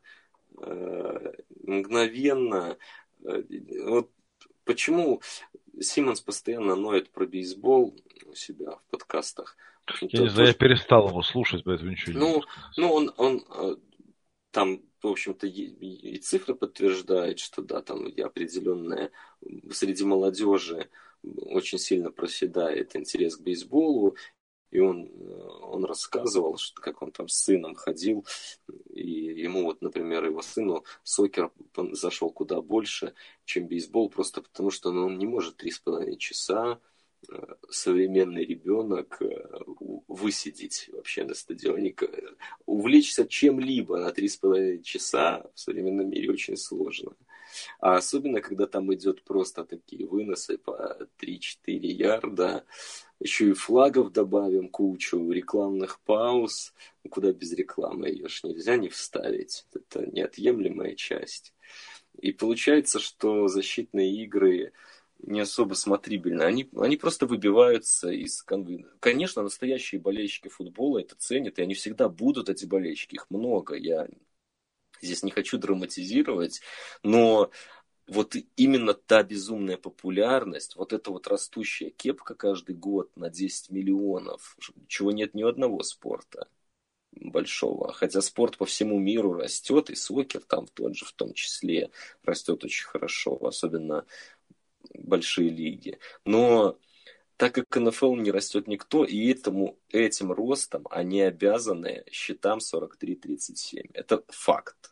мгновенно. Вот почему Симмонс постоянно ноет про бейсбол у себя в подкастах. Я не знаю, я перестал его слушать, поэтому ничего не могу сказать. Ну, он там, в общем-то, и цифры подтверждают, что да, там определенная среди молодежи очень сильно проседает интерес к бейсболу. И он рассказывал, что как он там с сыном ходил, и ему вот, например, его сыну сокер зашел куда больше, чем бейсбол, просто потому что он не может 3,5 часа современный ребенок высидеть вообще на стадионе. Увлечься чем-либо на 3,5 часа в современном мире очень сложно. А особенно, когда там идет просто такие выносы по 3-4 ярда. Еще и флагов добавим кучу, рекламных пауз. Куда без рекламы ее ж нельзя не вставить. Это неотъемлемая часть. И получается, что защитные игры не особо смотрибельны. Они просто выбиваются из конвы. Конечно, настоящие болельщики футбола это ценят, и они всегда будут, эти болельщики. Их много. Я здесь не хочу драматизировать, но вот именно та безумная популярность, вот эта вот растущая кепка каждый год на 10 миллионов, чего нет ни у одного спорта большого. Хотя спорт по всему миру растет, и сокер там в том числе растет очень хорошо, особенно большие лиги. Но так как НФЛ не растет никто, и этим ростом они обязаны счетам 43-37. Это факт.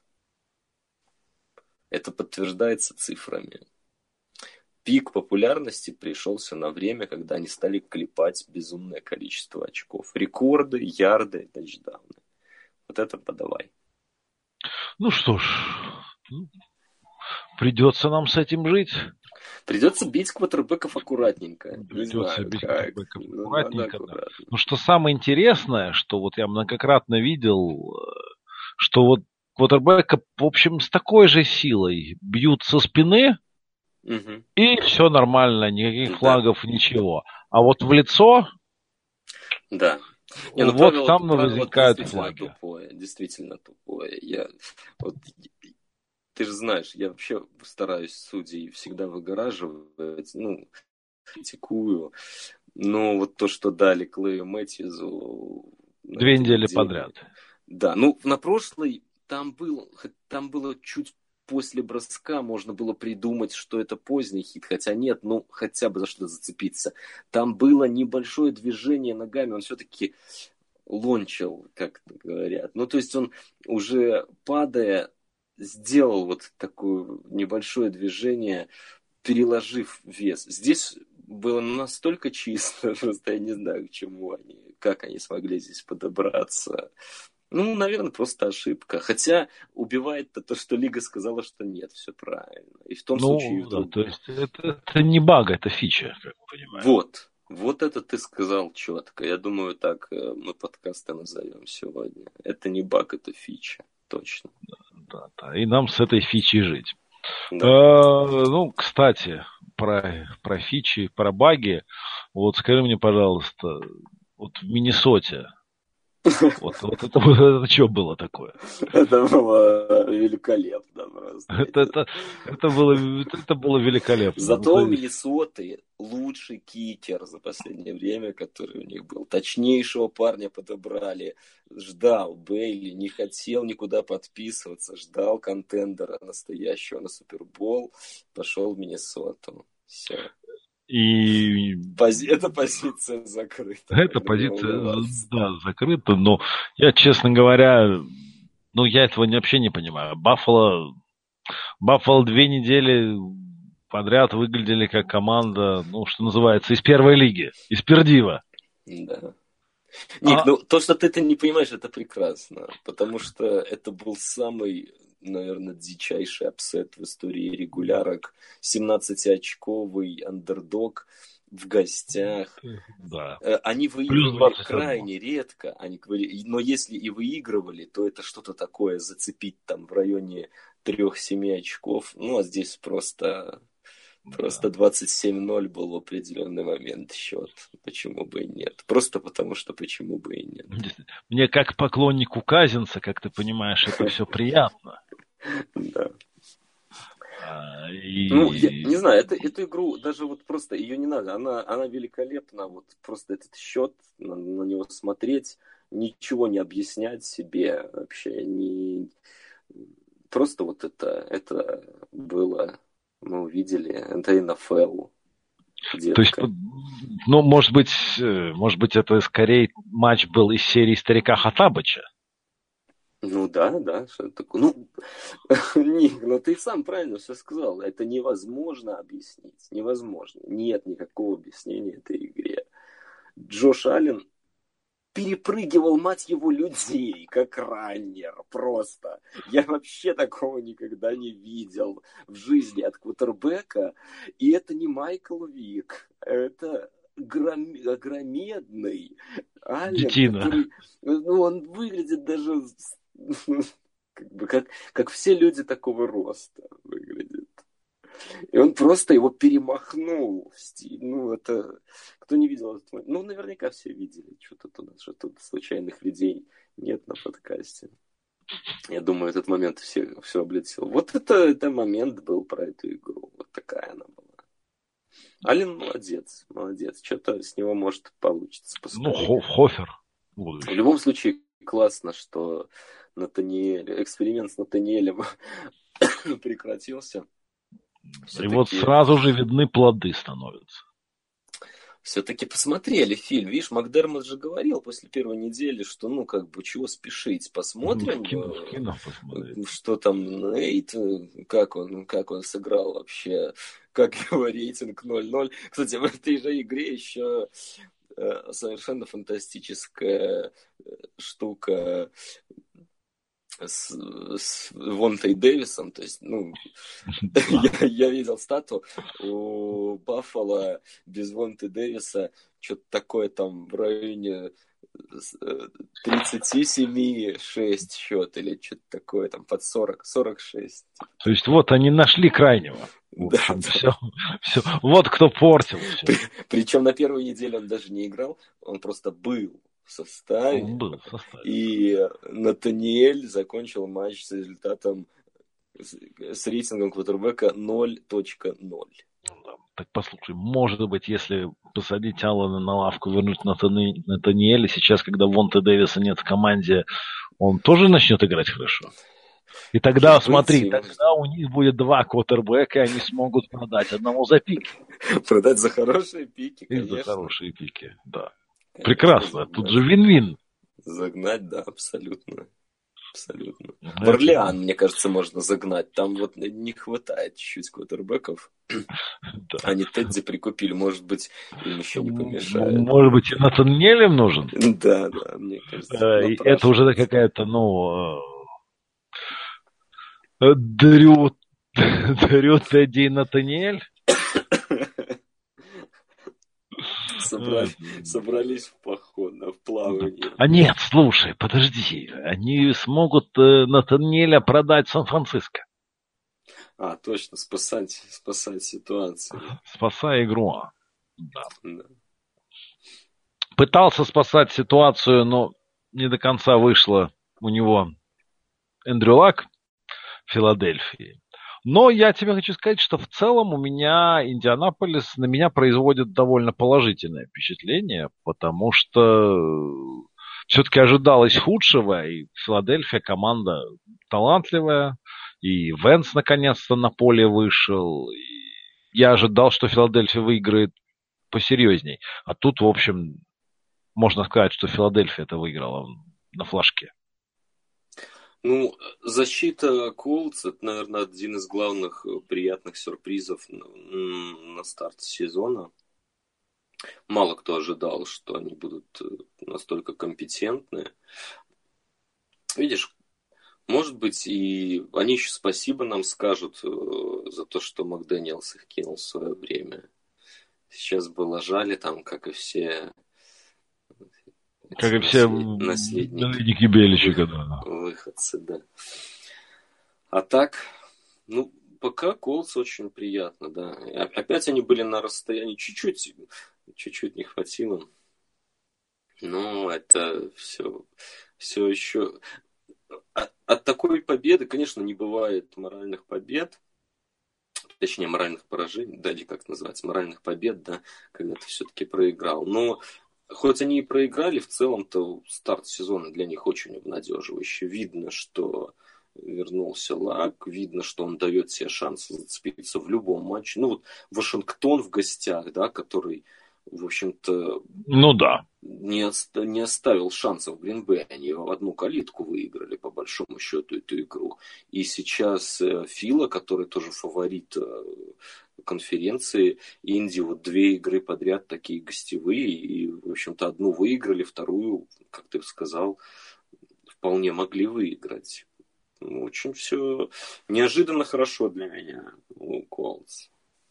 Это подтверждается цифрами. Пик популярности пришелся на время, когда они стали клепать безумное количество очков. Рекорды, ярды, тачдауны. Вот это подавай. Ну что ж, придется нам с этим жить. Придется бить квотербеков аккуратненько. Придется бить квотербеков аккуратненько. Да. Но что самое интересное, что вот я многократно видел, что вот квотербека, в общем, с такой же силой бьют со спины, И все нормально, никаких Да. флагов, ничего. А вот в лицо, Да. вот там возникают флаги. Действительно тупое. Ты же знаешь, я вообще стараюсь судей всегда выгораживать, критикую. Но вот то, что дали Клею Мэтьюзу... 2 недели подряд. Да, на прошлой там было чуть после броска, можно было придумать, что это поздний хит, хотя нет, хотя бы за что-то зацепиться. Там было небольшое движение ногами, он все-таки лончил, как говорят. То есть он уже падая сделал вот такое небольшое движение, переложив вес. Здесь было настолько чисто, просто я не знаю, как они смогли здесь подобраться. Наверное, просто ошибка. Хотя убивает то, что Лига сказала, что нет, все правильно. И в том случае, и в другом. То есть это не баг, это фича, как вы понимаете. Вот это ты сказал четко. Я думаю, так мы подкасты назовем сегодня. Это не баг, это фича. Точно. Да. И нам с этой фичей жить. Да. Кстати, про фичи, про баги. Вот скажи мне, пожалуйста, вот в Миннесоте, вот это что было такое? Это было великолепно просто. Это было великолепно. Зато у Миннесоты лучший кикер за последнее время, который у них был. Точнейшего парня подобрали. Ждал Бейли, не хотел никуда подписываться. Ждал контендера настоящего на Супербол. Пошел в Миннесоту. Все. И... Эта позиция закрыта. Эта позиция, закрыта, но я, честно говоря, я этого вообще не понимаю. Баффало 2 недели подряд выглядели как команда, что называется, из первой лиги, из Пердива. Да. Ник, то, что ты это не понимаешь, это прекрасно, потому что это был самый, наверное, дичайший апсет в истории регулярок. 17-очковый андердог в гостях. Да. Они выигрывали крайне редко, но если и выигрывали, то это что-то такое, зацепить там в районе 3-7 очков. А здесь просто 27-0 был в определенный момент счет. Почему бы и нет? Просто потому, что почему бы и нет. Мне как поклоннику Казинца, как ты понимаешь, это все приятно. Да. Я не знаю, эту игру даже вот просто ее не надо. Она великолепна. Вот просто этот счет, на него смотреть, ничего не объяснять себе вообще. Просто вот это было... Мы увидели, это НФЛ. То есть, может быть, это скорее матч был из серии старика Хаттабыча? Да, что это такое. Ник, ты сам правильно все сказал. Это невозможно объяснить. Невозможно. Нет никакого объяснения этой игре. Джош Аллен перепрыгивал, мать его, людей, как раннер, просто. Я вообще такого никогда не видел в жизни от квотербека. И это не Майкл Вик, это огромедный Аллен, который... он выглядит даже как все люди такого роста выглядят. И он просто его перемахнул. Это... Кто не видел этот момент? Наверняка все видели. Что тут случайных людей нет на подкасте. Я думаю, этот момент все облетел. Вот это момент был про эту игру. Вот такая она была. Аллен молодец. Что-то с него, может, получится. Хофер. В любом случае, классно, что эксперимент с Натаниэлем прекратился. И вот сразу же видны плоды становятся. Все-таки посмотрели фильм. Видишь, Макдермот же говорил после первой недели, что, чего спешить. Посмотрим, что там Нейт, как он сыграл вообще, как его рейтинг 0-0. Кстати, в этой же игре еще совершенно фантастическая штука. с Вонтой Дэвисом, то есть, я видел стату у Баффало без Вонты Дэвиса, что-то такое там в районе 37-6 счет или что-то такое там под 46. То есть вот они нашли крайнего. В общем, все. Вот кто портил. Причем на первой неделе он даже не играл, он просто был в составе. И Натаниэль закончил матч с результатом, с рейтингом квотербека 0.0. Так послушай, может быть, если посадить Аллена на лавку, вернуть Натаниэля, сейчас, когда Вонта Дэвиса нет в команде, он тоже начнет играть хорошо? И тогда, смотри, тогда у них будет 2 квотербека, и они смогут продать одного за пики. Продать за хорошие пики, конечно. И за хорошие пики, да. Конечно, прекрасно, тут же вин-вин. Загнать, да, абсолютно. Абсолютно. В Орлеан, мне кажется, можно загнать. Там вот не хватает чуть-чуть квотербеков. Да. Они Тедди прикупили, может быть, им еще не помешает. Может быть, и Натаниэлем нужен? Да, мне кажется. Это уже какая-то, Дрю Тедди и Натаниэль? Собрались в поход, в плавание. А нет, слушай, подожди. Они смогут Натаниэля продать в Сан-Франциско. Точно, спасать ситуацию. Спасая игру. Да. Пытался спасать ситуацию, но не до конца вышло у него Эндрю Лак в Филадельфии. Но я тебе хочу сказать, что в целом у меня Индианаполис на меня производит довольно положительное впечатление, потому что все-таки ожидалось худшего, и Филадельфия команда талантливая, и Венс наконец-то на поле вышел. И я ожидал, что Филадельфия выиграет посерьезней. А тут, в общем, можно сказать, что Филадельфия это выиграла на флажке. Защита Колтс – это, наверное, один из главных приятных сюрпризов на старте сезона. Мало кто ожидал, что они будут настолько компетентны. Видишь, может быть, и они еще спасибо нам скажут за то, что Макдэниелс их кинул в свое время. Сейчас бы лажали там, как и все... Как и все наследники Беличика, да. Выходцы, да. А так, пока Колтс очень приятно, да. Опять они были на расстоянии, чуть-чуть не хватило. Но это все еще... От такой победы, конечно, не бывает моральных побед, точнее, моральных поражений, да, или как это называется, моральных побед, да, когда ты все-таки проиграл. Но хоть они и проиграли, в целом-то старт сезона для них очень обнадеживающий. Видно, что вернулся Лак, видно, что он дает себе шанс зацепиться в любом матче. Вашингтон в гостях, да, который, в общем-то... да. Не оставил шансов Грин-Бэй. Они в одну калитку выиграли, по большому счету, эту игру. И сейчас Фила, который тоже фаворит конференции, Инди, 2 игры подряд такие гостевые. И, в общем-то, одну выиграли, вторую, как ты сказал, вполне могли выиграть. Очень все неожиданно хорошо для меня у Колтс.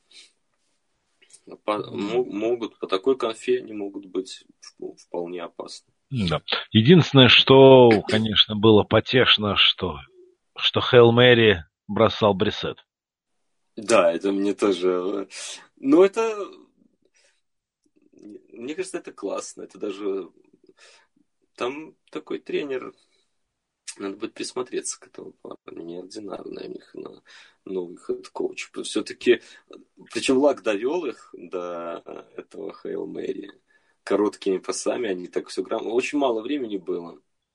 Могут по такой конфе они могут быть вполне опасны. Да. Единственное, что, конечно, было потешно, что Хейл Мэри бросал Брисет. Да, это мне тоже... это... Мне кажется, это классно. Это даже... Там такой тренер... Надо будет присмотреться к этому парню. Неординарный у них новый хед-коуч. Все-таки, причем Лак довел их до этого Хейл Мэри короткими пасами. Они так все грамотно. Очень мало времени было.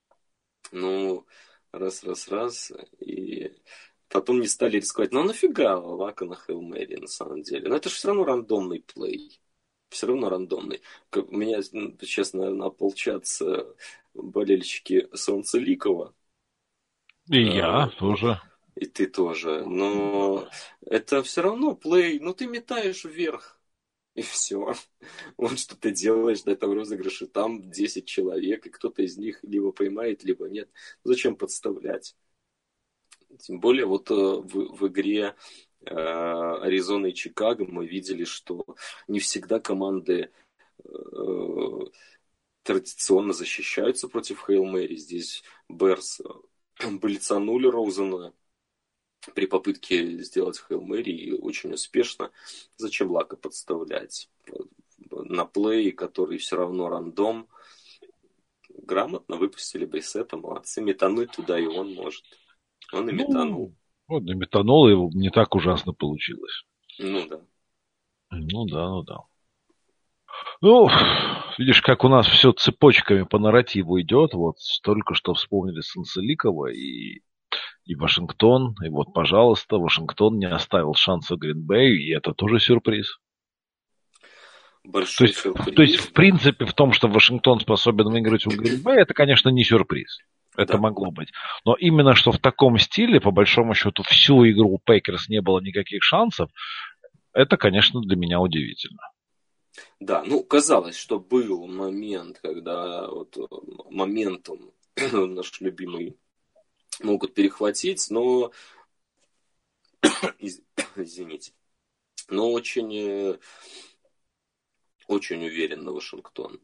Раз. И потом не стали рисковать. Нафига Лака на Хейл Мэри на самом деле? Это же все равно рандомный плей. Все равно рандомный. У меня сейчас, наверное, ополчатся болельщики Солнцеликова. И я тоже. И ты тоже. Но это все равно плей. Ты метаешь вверх. И все. Вот что ты делаешь до этого розыгрыша. Там 10 человек, и кто-то из них либо поймает, либо нет. Зачем подставлять? Тем более вот в игре Аризона и Чикаго мы видели, что не всегда команды традиционно защищаются против Хейл Мэри. Здесь Берс блицанули Роузена при попытке сделать Хейл Мэри и очень успешно. Зачем Лака подставлять? На плей, который все равно рандом. Грамотно выпустили Брисета, молодцы. Метануть туда и он может. Он и метанул. Он и метанул, и не так ужасно получилось. Ну да. Ну да. Ну, видишь, как у нас все цепочками по нарративу идет. Вот только что вспомнили Санцеликова и Вашингтон. И вот, пожалуйста, Вашингтон не оставил шанса Грин-Бэю, и это тоже сюрприз. Большой сюрприз. То есть, в принципе, в том, что Вашингтон способен выиграть у Грин-Бэя, это, конечно, не сюрприз. Это могло быть. Но именно что в таком стиле, по большому счету, всю игру у Пейкерс не было никаких шансов, это, конечно, для меня удивительно. Да, ну, казалось, что был момент, когда вот моментом наш любимый могут перехватить, но извините, но очень уверенно Вашингтон.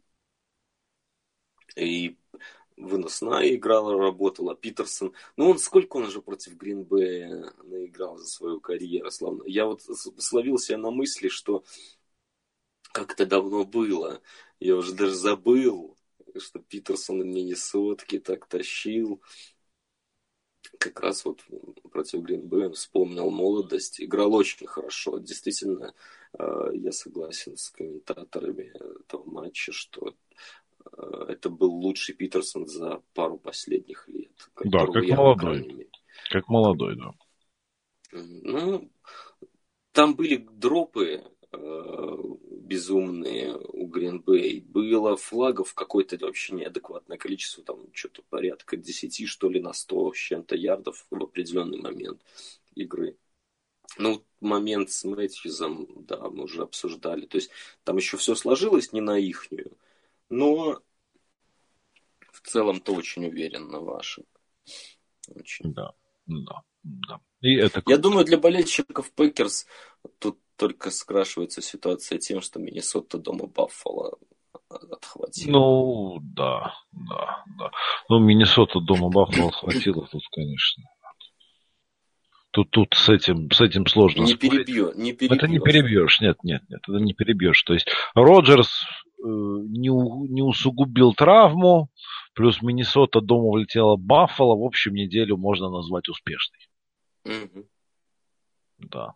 И выносная игра работала. Питерсон, сколько он уже против Грин-Бэя наиграл за свою карьеру, славно. Я вот словил себя на мысли, что как это давно было. Я уже даже забыл, что Питерсон в Миннесотке так тащил. Как раз вот против Грин-Бэя вспомнил молодость. Играл очень хорошо. Действительно, я согласен с комментаторами этого матча, что это был лучший Питерсон за пару последних лет. Да, как молодой. Как молодой, да. Ну, там были дропы безумные у Грин-Бэй. Было флагов какое-то вообще неадекватное количество, там что-то порядка 10, что ли, на 100 с чем-то ярдов в определенный момент игры. Ну, момент с Мэтьюзом, да, мы уже обсуждали. То есть там еще все сложилось не на ихнюю, но в целом-то очень уверенно ваши. Очень. Да. И это... Я думаю, для болельщиков Пекерс тут только скрашивается ситуация тем, что Миннесота дома Баффало отхватила. Ну, да. Ну, Миннесота дома Баффало отхватила тут, конечно. Тут с этим сложно спорить. Не перебьешь. Это не перебьешь, нет, это не перебьешь. То есть Роджерс не усугубил травму, плюс Миннесота дома влетела Баффало. В общем, неделю можно назвать успешной. Угу. Да.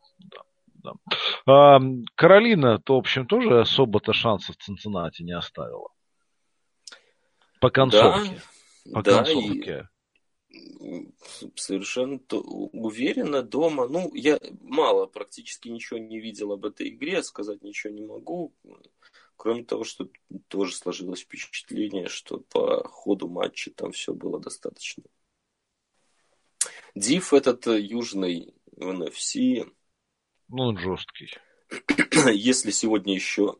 Каролина, то, в общем, тоже особо-то шансов Цинциннати не оставила. По концовке. Совершенно уверенно дома. Ну, я мало, практически ничего не видел об этой игре, сказать ничего не могу. Кроме того, что тоже сложилось впечатление, что по ходу матча там все было достаточно. Див этот южный в NFC. Ну, он жесткий. Если сегодня еще...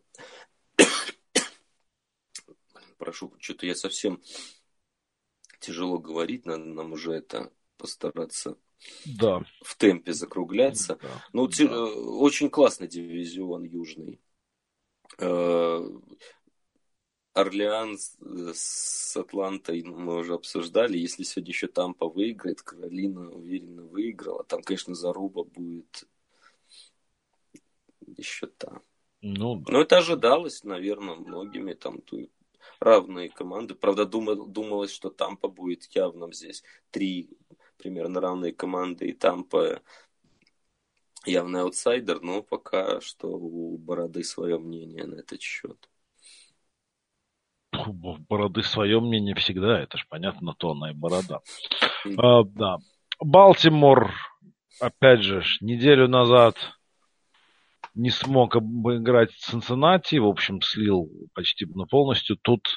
Прошу, что-то я совсем... Тяжело говорить, надо нам уже это постараться в темпе закругляться. Очень классный дивизион южный. Орлеан с Атлантой мы уже обсуждали. Если сегодня еще Тампа выиграет, Каролина уверенно выиграла. Там, конечно, заруба будет еще та. Но это ожидалось, наверное, многими. Там равные команды. Правда, думалось, что Тампа будет явно здесь 3 примерно равные команды, и Тампа явный аутсайдер, но пока что у Бороды свое мнение на этот счет. У Бороды свое мнение всегда, это же понятно, то она и Борода. Да. Балтимор, опять же, неделю назад не смог обыграть Цинциннати, в общем, слил почти полностью. Тут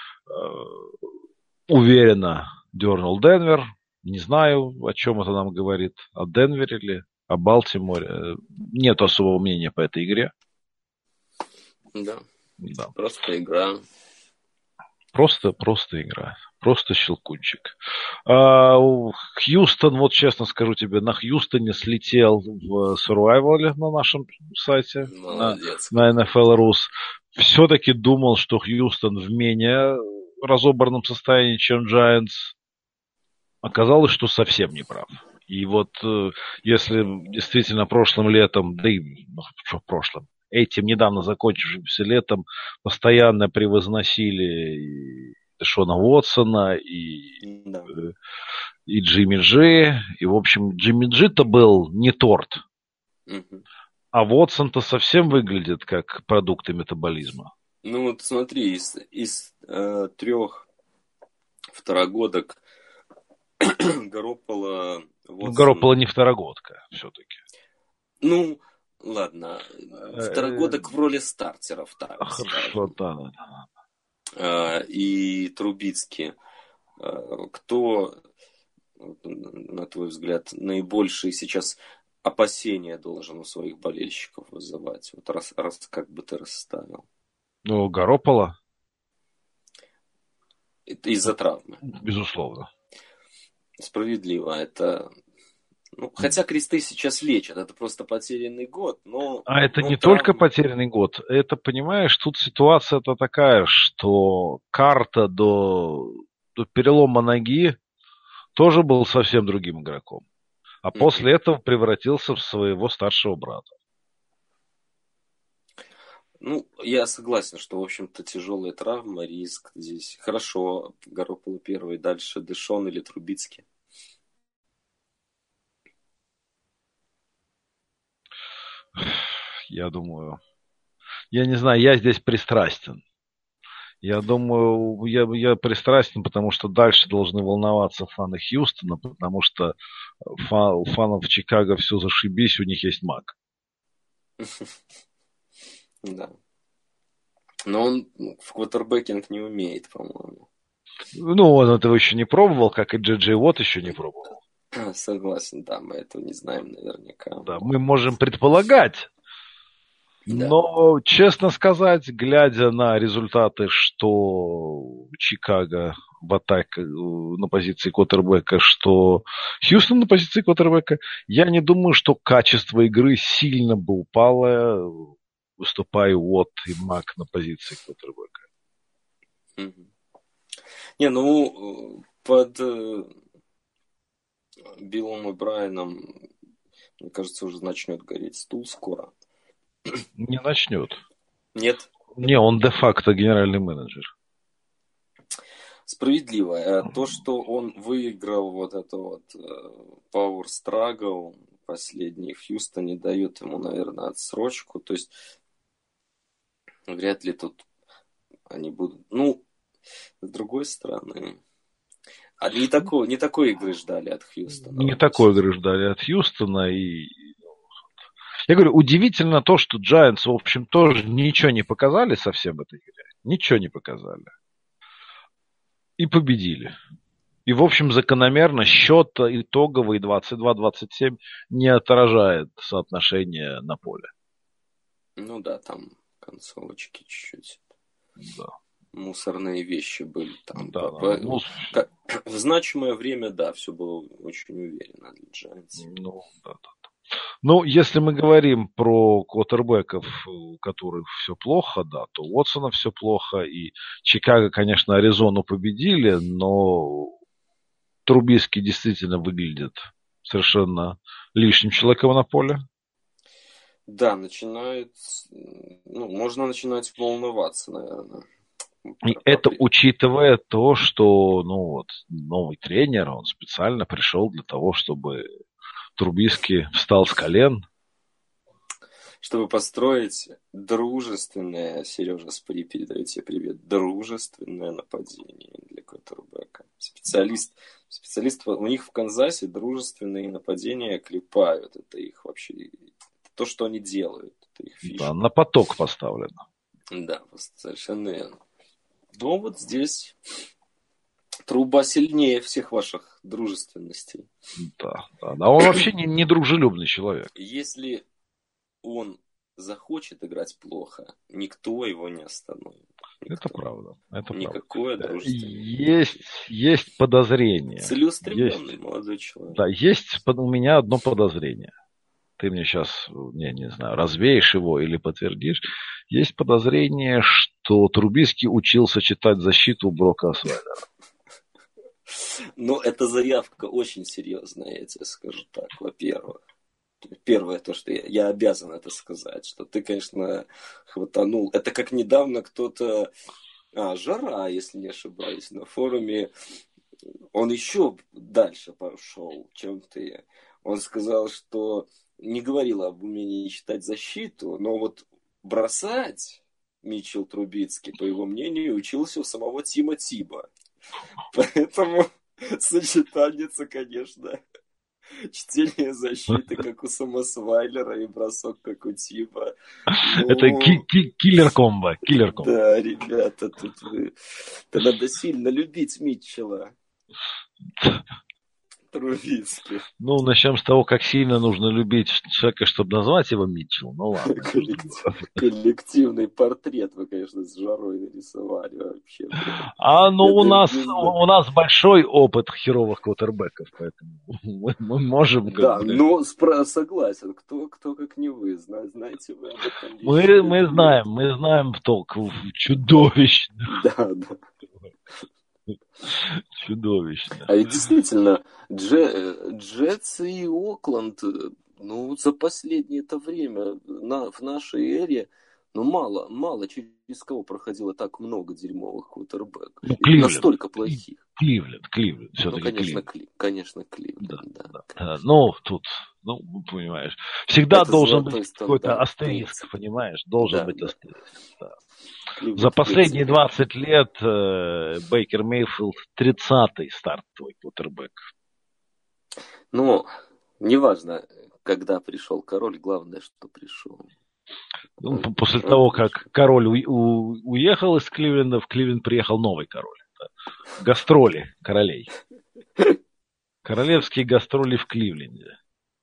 уверенно дернул Денвер. Не знаю, о чем это нам говорит. О Денвере или о Балтиморе. Нет особого мнения по этой игре. Да. Просто игра. Просто игра. Просто щелкунчик. Хьюстон, вот честно скажу тебе, на Хьюстоне слетел в Survival на нашем сайте, Молодец. на NFL.Rus. Все-таки думал, что Хьюстон в менее разобранном состоянии, чем Giants. Оказалось, что совсем не прав. И вот если действительно прошлым летом, да и что в прошлом, этим недавно закончившимся летом постоянно превозносили и Дэшона Уотсона, и Джимми Джи. И, в общем, Джимми Джи-то был не торт. А Уотсон-то совсем выглядит как продукты метаболизма. Ну вот смотри, из 3 второгодок Гаропполо... Гаропполо не второгодка все-таки. Ну, ладно. Второгодок в роли стартеров, так. Хорошо, да. И Трубицкий. Кто, на твой взгляд, наибольшие сейчас опасения должен у своих болельщиков вызывать? Вот раз как бы ты расставил. Ну, Гаропполо. Это из-за травмы. Безусловно. Справедливо. Это... Ну, хотя кресты сейчас лечат, это просто потерянный год, но... А это не только потерянный год, это, понимаешь, тут ситуация-то такая, что Карта до перелома ноги тоже был совсем другим игроком, а после этого превратился в своего старшего брата. Ну, я согласен, что, в общем-то, тяжелая травма, риск здесь. Хорошо, Гаропполо первый, дальше Дэшон или Трубицкий. Я думаю, я не знаю, я здесь пристрастен. Я думаю, я пристрастен, потому что дальше должны волноваться фаны Хьюстона, потому что у фанов Чикаго все зашибись, у них есть Мак. Да. Но он в квотербекинг не умеет, по-моему. Ну, он этого еще не пробовал, как и Джей Уотт еще не пробовал. Согласен, да, мы этого не знаем наверняка. Да, мы можем предполагать, да. Но, честно сказать, глядя на результаты, что Чикаго в атаке на позиции квотербека, что Хьюстон на позиции квотербека, я не думаю, что качество игры сильно бы упало, выступая Уотт и Мак на позиции квотербека. Не, ну, под Биллом и Брайаном, мне кажется, уже начнет гореть стул скоро. Не начнет. Нет? Не, он де-факто генеральный менеджер. Справедливо. То, что он выиграл вот это вот Power Struggle последний в Хьюстоне, дает ему, наверное, отсрочку. То есть вряд ли тут они будут... Ну, с другой стороны... Не такой игры ждали от Хьюстона. Не такой игры ждали от Хьюстона. И я говорю, удивительно то, что Giants, в общем, тоже ничего не показали совсем в этой игре. Ничего не показали. И победили. И, в общем, закономерно счет итоговый 22-27 не отражает соотношение на поле. Ну да, там концовочки чуть-чуть. Да. Мусорные вещи были там. Да, в значимое время, да, все было очень уверенно для Giants. Ну, да. Ну, если мы говорим про квотербеков, у которых все плохо, да, то у Уотсона все плохо. И Чикаго, конечно, Аризону победили, но Трубицкий действительно выглядит совершенно лишним человеком на поле. Да, можно начинать волноваться, наверное. И это учитывая то, что новый тренер, он специально пришел для того, чтобы Трубицкий встал с колен. Чтобы построить дружественное, Сережа Спри передает тебе привет, дружественное нападение для квотербека. Специалист, у них в Канзасе дружественные нападения клепают. Это их вообще, то, что они делают. Это их фишка. Да, на поток поставлено. Да, совершенно верно. Но вот здесь Труба сильнее всех ваших дружественностей. Да. Он вообще не дружелюбный человек. Если он захочет играть плохо, никто его не остановит. Это правда. Это Никакое правда. дружественное. Есть подозрение. Целеустремленный молодой человек. Да, есть у меня одно подозрение. Ты мне сейчас, не знаю, развеешь его или подтвердишь. Есть подозрение, что Трубицкий учился читать защиту Брока Освальдера. Ну, эта заявка очень серьезная, я тебе скажу так, во-первых. Первое, то, что я обязан это сказать, что ты, конечно, хватанул. Это как недавно кто-то... Жара, если не ошибаюсь, на форуме. Он еще дальше пошел, чем ты. Он сказал, что не говорил об умении читать защиту, но вот бросать Митчелл Трубицкий, по его мнению, учился у самого Тима Тиба. Поэтому сочетанится, конечно, чтение защиты, как у Самосвайлера, и бросок, как у Тиба. Ну, это киллер-комбо. Да, ребята, тут надо сильно любить Митчелла. Трубицкий. Ну, начнем с того, как сильно нужно любить человека, чтобы назвать его Митчелл. Ну ладно. Коллективный портрет вы, конечно, с Жарой нарисовали вообще. У нас большой опыт херовых квотербеков, поэтому мы можем... Да, но согласен, кто как не вы, знаете вы об этом. Мы знаем толк чудовищно. Да. Чудовищно. А ведь действительно, Джетс и Окленд, ну, за последнее-то время, в нашей эре, ну, мало через кого проходило так много дерьмовых квотербеков. Настолько плохих. Кливленд, все-таки конечно, Кливленд, да. Ну, тут, понимаешь, всегда должен быть какой-то астериск, понимаешь? Должен быть астериск, да. За последние 20 лет Бейкер Мейфилд 30-й стартовый квотербек. Ну, неважно, когда пришел король, главное, что пришел. Ну, после того, как король уехал из Кливленда, в Кливленд приехал новый король. Да. Гастроли королей. Королевские гастроли в Кливленде.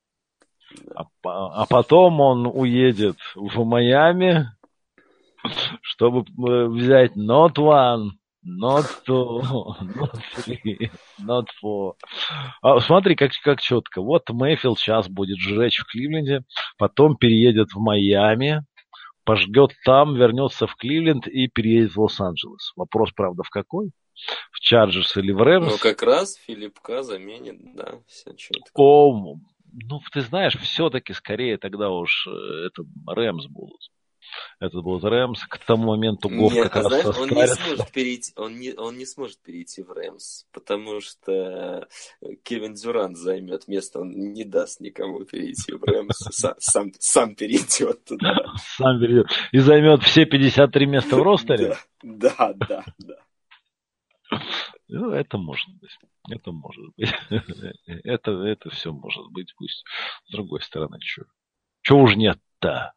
А потом он уедет в Майами, чтобы взять not one, not two, not three, not four. Смотри, как четко. Вот Мэйфилд сейчас будет жечь в Кливленде, потом переедет в Майами, пожгет там, вернется в Кливленд и переедет в Лос-Анджелес. Вопрос, правда, в какой? В Чарджерс или в Рэмс? Ну, как раз Филиппка заменит, да, все четко. Ты знаешь, все-таки скорее тогда уж это Рэмс будут. Это будет Рэмс. К тому моменту Гофф как раз состарится. Он не сможет перейти в Рэмс, потому что Кевин Дюрант займет место. Он не даст никому перейти в Рэмс. Сам перейдет туда. Сам перейдет. И займет все 53 места в ростере? Да. Ну, это может быть. Это все может быть. Пусть с другой стороны. Чего уж нет-то?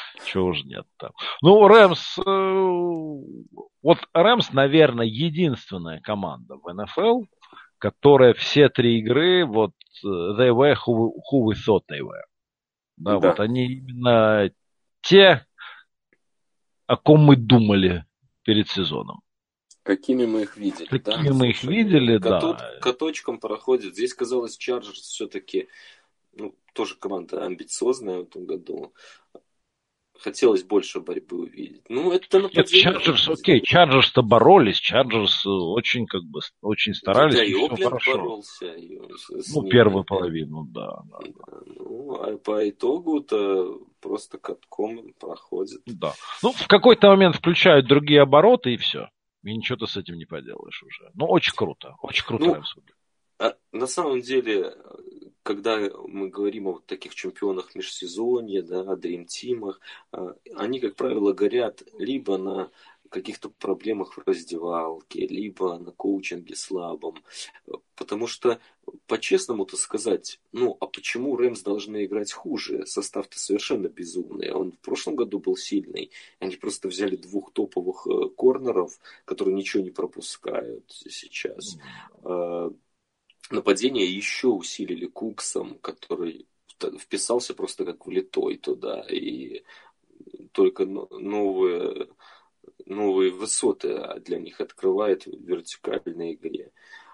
Ну, Рэмс... Вот Рэмс, наверное, единственная команда в НФЛ, которая все 3 игры, вот, they were who we thought they were. Да, вот они именно те, о ком мы думали перед сезоном. Какими мы их видели. Каточком проходит. Здесь, казалось, Чарджерс все-таки, тоже команда амбициозная в этом году. Хотелось больше борьбы увидеть. Это нападение. Чарджерс-то боролись. Чарджерс очень старались. Да, и Окленд боролся. Первую половину, да. А по итогу-то просто катком проходит. Да. В какой-то момент включают другие обороты, и все. И ничего ты с этим не поделаешь уже. Очень круто. Очень круто. На самом деле, когда мы говорим о таких чемпионах межсезонья, о дрим-тимах, они, как правило, горят либо на каких-то проблемах в раздевалке, либо на коучинге слабом. Потому что, по-честному-то сказать, а почему Рэмс должны играть хуже? Состав-то совершенно безумный. Он в прошлом году был сильный. Они просто взяли 2 топовых корнеров, которые ничего не пропускают сейчас. Нападение еще усилили Куксом, который вписался просто как влитой туда. И только новые новые высоты для них открывает в вертикальной игре.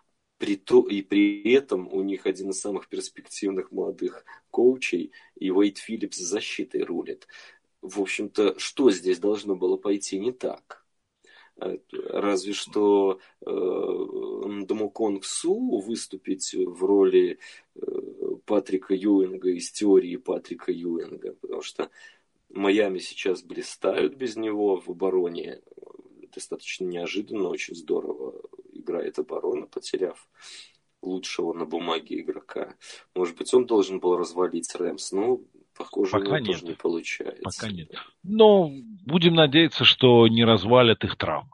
При этом у них один из самых перспективных молодых коучей, и Уэйд Филлипс с защитой рулит. В общем-то, что здесь должно было пойти не так? Разве что Ndamukong Су выступить в роли Патрика Юинга из теории Патрика Юинга, потому что Майами сейчас блистают без него в обороне. Достаточно неожиданно, очень здорово играет оборона, потеряв лучшего на бумаге игрока. Может быть, он должен был развалить Рэмс, но, похоже, пока у него нет. тоже не получается. Пока нет. Но будем надеяться, что не развалят их травмы.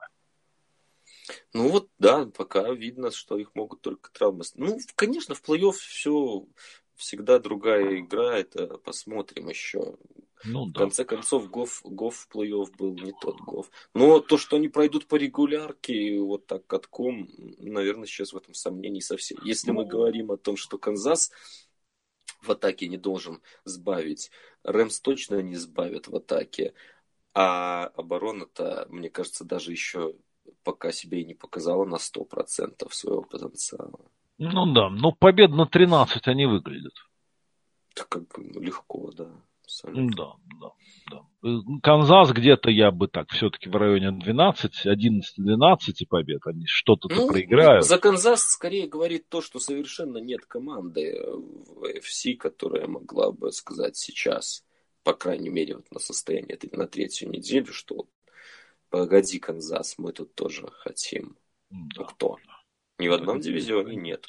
Ну вот, да, пока видно, что их могут только травмы. Ну, конечно, в плей-офф все всегда другая игра, это посмотрим еще. Ну, В конце концов, Гофф в плей-офф был не тот Гофф. Но то, что они пройдут по регулярке вот так катком, наверное, сейчас в этом сомнений совсем. Если мы говорим о том, что Канзас в атаке не должен сбавить, Рэмс точно не сбавят в атаке, а оборона-то, мне кажется, даже еще пока себе и не показала на 100% своего потенциала. Ну да, но побед на 13 они выглядят. Так как легко, да. Да. Канзас где-то я бы так, все-таки в районе 11-12 побед. Они что-то проиграют. За Канзас скорее говорит то, что совершенно нет команды в AFC, которая могла бы сказать сейчас, по крайней мере, вот на состояние на третью неделю, что погоди, Канзас, мы тут тоже хотим. Да. Кто? Ни в одном дивизионе нет.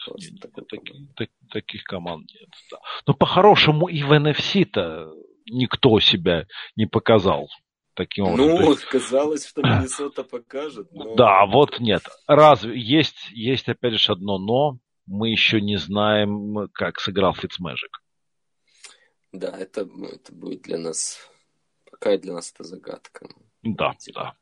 Таких команд нет. Да. Но по-хорошему и в NFC-то никто себя не показал таким образом. Ну, казалось, что Миннесота покажет. Но... Да, вот нет. Разве есть опять же одно но. Мы еще не знаем, как сыграл Фитцмэджик. Да, это будет для нас... Какая для нас это загадка. Да.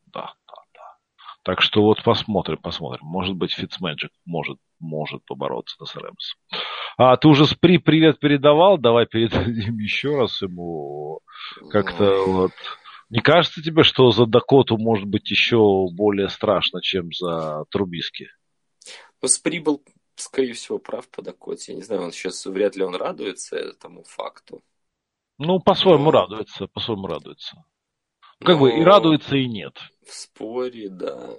Так что вот посмотрим. Может быть, Фитцмэджик может побороться с Рэмс. Ты уже Спри привет передавал? Давай передадим еще раз ему. Как-то вот... Не кажется тебе, что за Дакоту может быть еще более страшно, чем за Трубиски? Ну, Спри был, скорее всего, прав по Дакоте. Я не знаю, вряд ли он радуется этому факту. Ну, по-своему радуется. Как бы и радуется, и нет. В споре, да.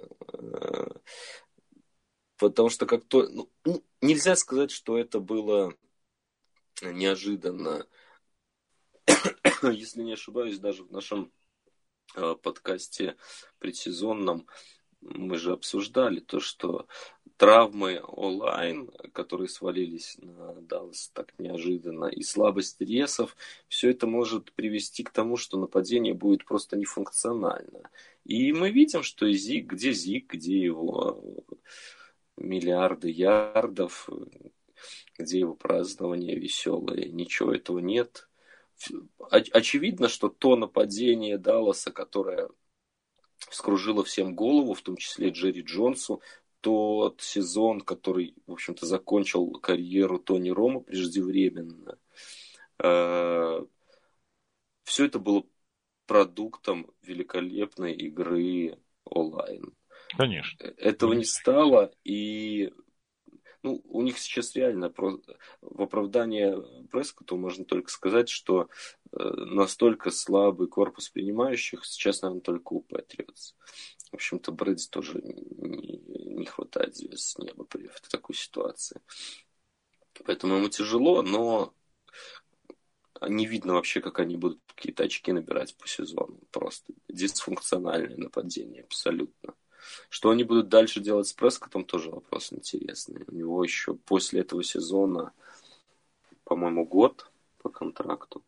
Потому что как-то... нельзя сказать, что это было неожиданно. Если не ошибаюсь, даже в нашем подкасте предсезонном мы же обсуждали то, что травмы онлайн, которые свалились на Даллас так неожиданно, и слабость ресов, все это может привести к тому, что нападение будет просто нефункционально. И мы видим, что Зиг, где его миллиарды ярдов, где его празднование веселое, ничего этого нет. Очевидно, что то нападение Далласа, которое вскружило всем голову, в том числе Джерри Джонсу, тот сезон, который, в общем-то, закончил карьеру Тони Ромо преждевременно, все это было продуктом великолепной игры онлайн. Конечно. Этого не стало, и у них сейчас реально в оправдание Прескотту можно только сказать, что настолько слабый корпус принимающих сейчас, наверное, только у Патриотс. В общем-то, Брэди тоже не хватает звезд с неба в такой ситуации. Поэтому ему тяжело, но не видно вообще, как они будут какие-то очки набирать по сезону. Просто дисфункциональное нападение абсолютно. Что они будут дальше делать с Прескоттом, тоже вопрос интересный. У него еще после этого сезона, по-моему, год по контракту.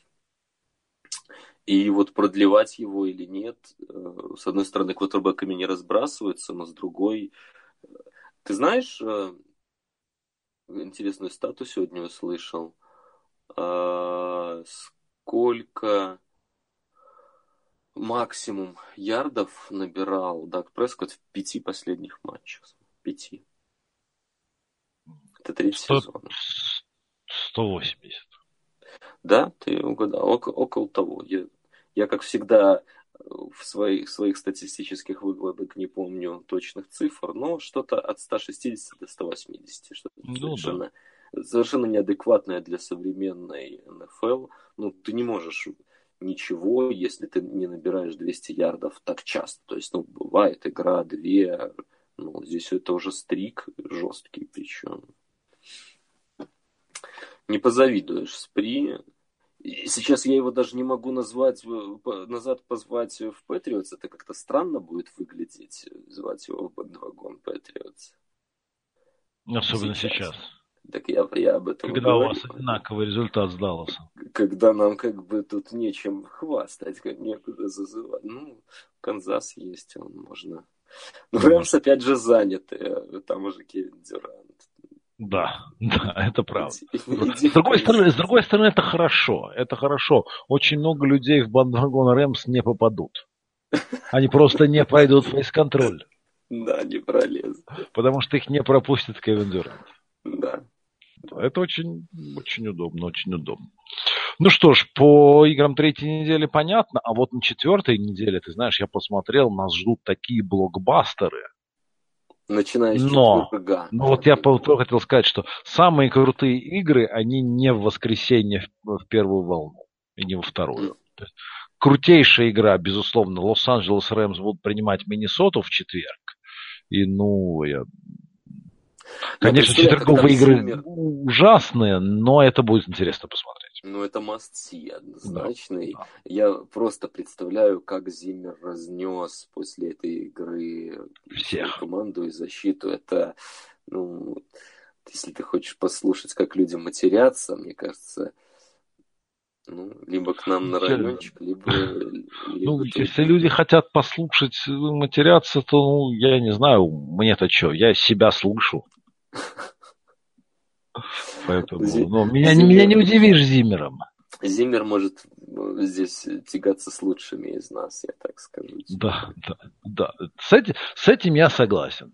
И вот продлевать его или нет, с одной стороны, квотербэками не разбрасываются, но с другой... Ты знаешь, интересную стату сегодня услышал, сколько максимум ярдов набирал Даг Прескотт в 5 последних матчах. 5. Это 3 сезона. 180. Да, ты угадал. Около того. Я, как всегда, в своих статистических выкладок не помню точных цифр, но что-то от 160 до 180, что-то совершенно неадекватное для современной НФЛ. Ну, ты не можешь ничего, если ты не набираешь 200 ярдов так часто. То есть, бывает игра, 2, здесь это уже стрик жесткий причем. Не позавидуешь Спри. Сейчас я его даже не могу назад позвать в Патриотс. Это как-то странно будет выглядеть, звать его в бандвагон Патриотс. Особенно сейчас. Так я об этом Когда говорю. У вас одинаковый результат с Далласом. Когда нам тут нечем хвастать, некуда зазывать. Канзас есть, можно. Рэмс опять же заняты. Там уже Кевин Дюрант. Да, это правда. С другой стороны, это хорошо. Это хорошо. Очень много людей в бандвагон Рэмс не попадут. Они просто не пройдут фейс-контроль. Да, не пролезут. Потому что их не пропустит Кевин Дюрант. Да. Это очень, очень удобно, очень удобно. Ну что ж, по играм третьей недели понятно, а вот на четвертой неделе, ты знаешь, я посмотрел, нас ждут такие блокбастеры. Начиная с четверга. Но вот я хотел сказать, что самые крутые игры, они не в воскресенье в первую волну, и не во вторую. То есть, крутейшая игра, безусловно, Лос-Анджелес Рэмс будут принимать Миннесоту в четверг. И, конечно, четверговые игры ужасные, но это будет интересно посмотреть. Это must-see однозначно. Да. Я просто представляю, как Зиммер разнес после этой игры всех команду и защиту. Это, если ты хочешь послушать, как люди матерятся, мне кажется, либо к нам на райончик, либо если люди хотят послушать матеряться, то, я не знаю, мне-то что, я себя слышу. Поэтому, меня не удивишь Зиммером. Зиммер может здесь тягаться с лучшими из нас, я так скажу. Да. С этим я согласен.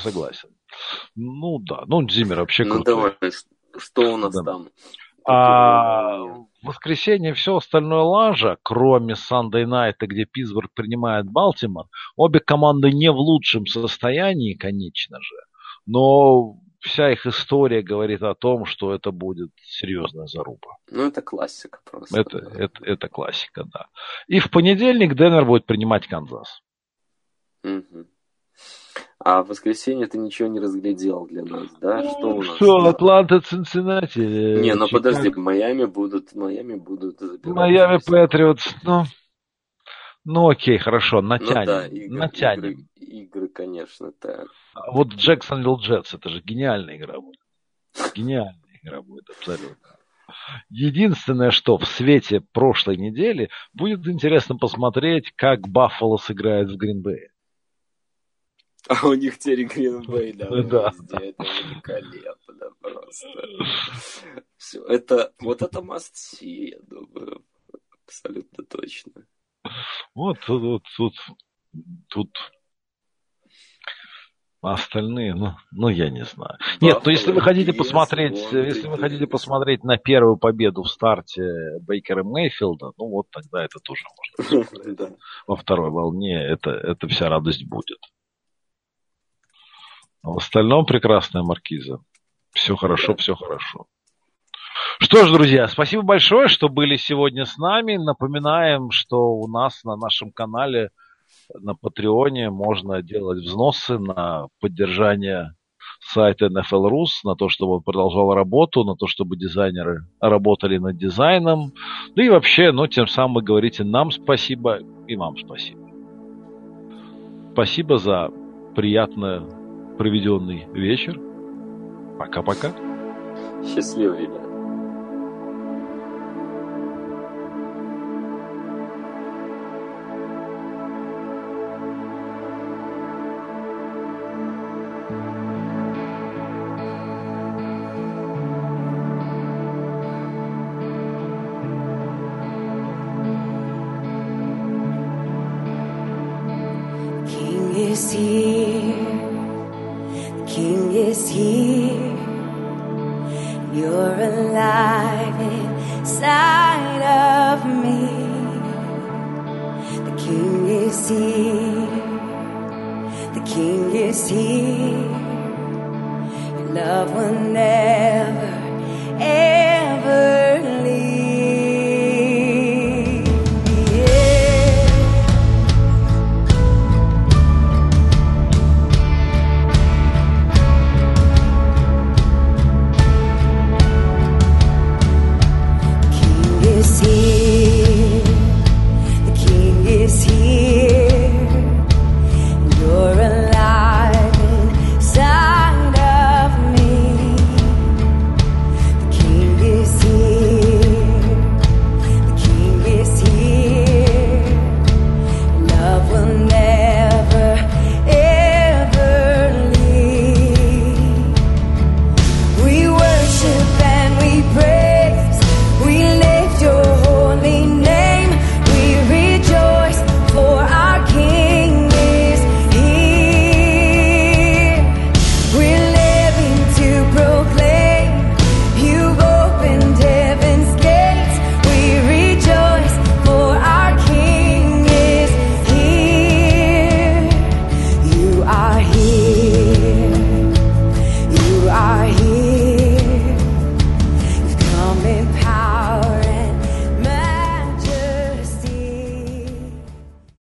Зиммер вообще крутой. Давай, что у нас там? В воскресенье все остальное лажа, кроме Sunday Night, где Питтсбург принимает Балтимор. Обе команды не в лучшем состоянии, конечно же, но вся их история говорит о том, что это будет серьезная заруба. Это классика просто. Это классика, да. И в понедельник Денвер будет принимать Канзас. Угу. А в воскресенье ты ничего не разглядел для нас, да? Что у нас? Все, Атланта, Цинциннати. Не, подожди, Майами будут забирать. Майами Патриотс, окей, хорошо, натянем. Игры, конечно, так. А вот Джексонвилл Джетс, это же гениальная игра будет. Абсолютно. Единственное, что в свете прошлой недели будет интересно посмотреть, как Баффало сыграет в Грин-Бэе. А у них теперь Грин-Бэй, да. Это великолепно просто. Все, это must-see, я думаю, абсолютно точно. Тут остальные, я не знаю. Нет, если вы хотите посмотреть на первую победу в старте Бейкера Мейфилда, тогда это тоже можно посмотреть. Во второй волне это вся радость будет. А в остальном прекрасная маркиза. Все хорошо. Что ж, друзья, спасибо большое, что были сегодня с нами. Напоминаем, что у нас на нашем канале на Патреоне можно делать взносы на поддержание сайта NFL.Rus, на то, чтобы он продолжал работу, на то, чтобы дизайнеры работали над дизайном. Да и вообще, тем самым вы говорите нам спасибо и вам спасибо. Спасибо за приятно проведенный вечер. Пока-пока. Счастливо, ребят. is here, the King is here. You're alive inside of me. King is here. The King is here. Your love will never end.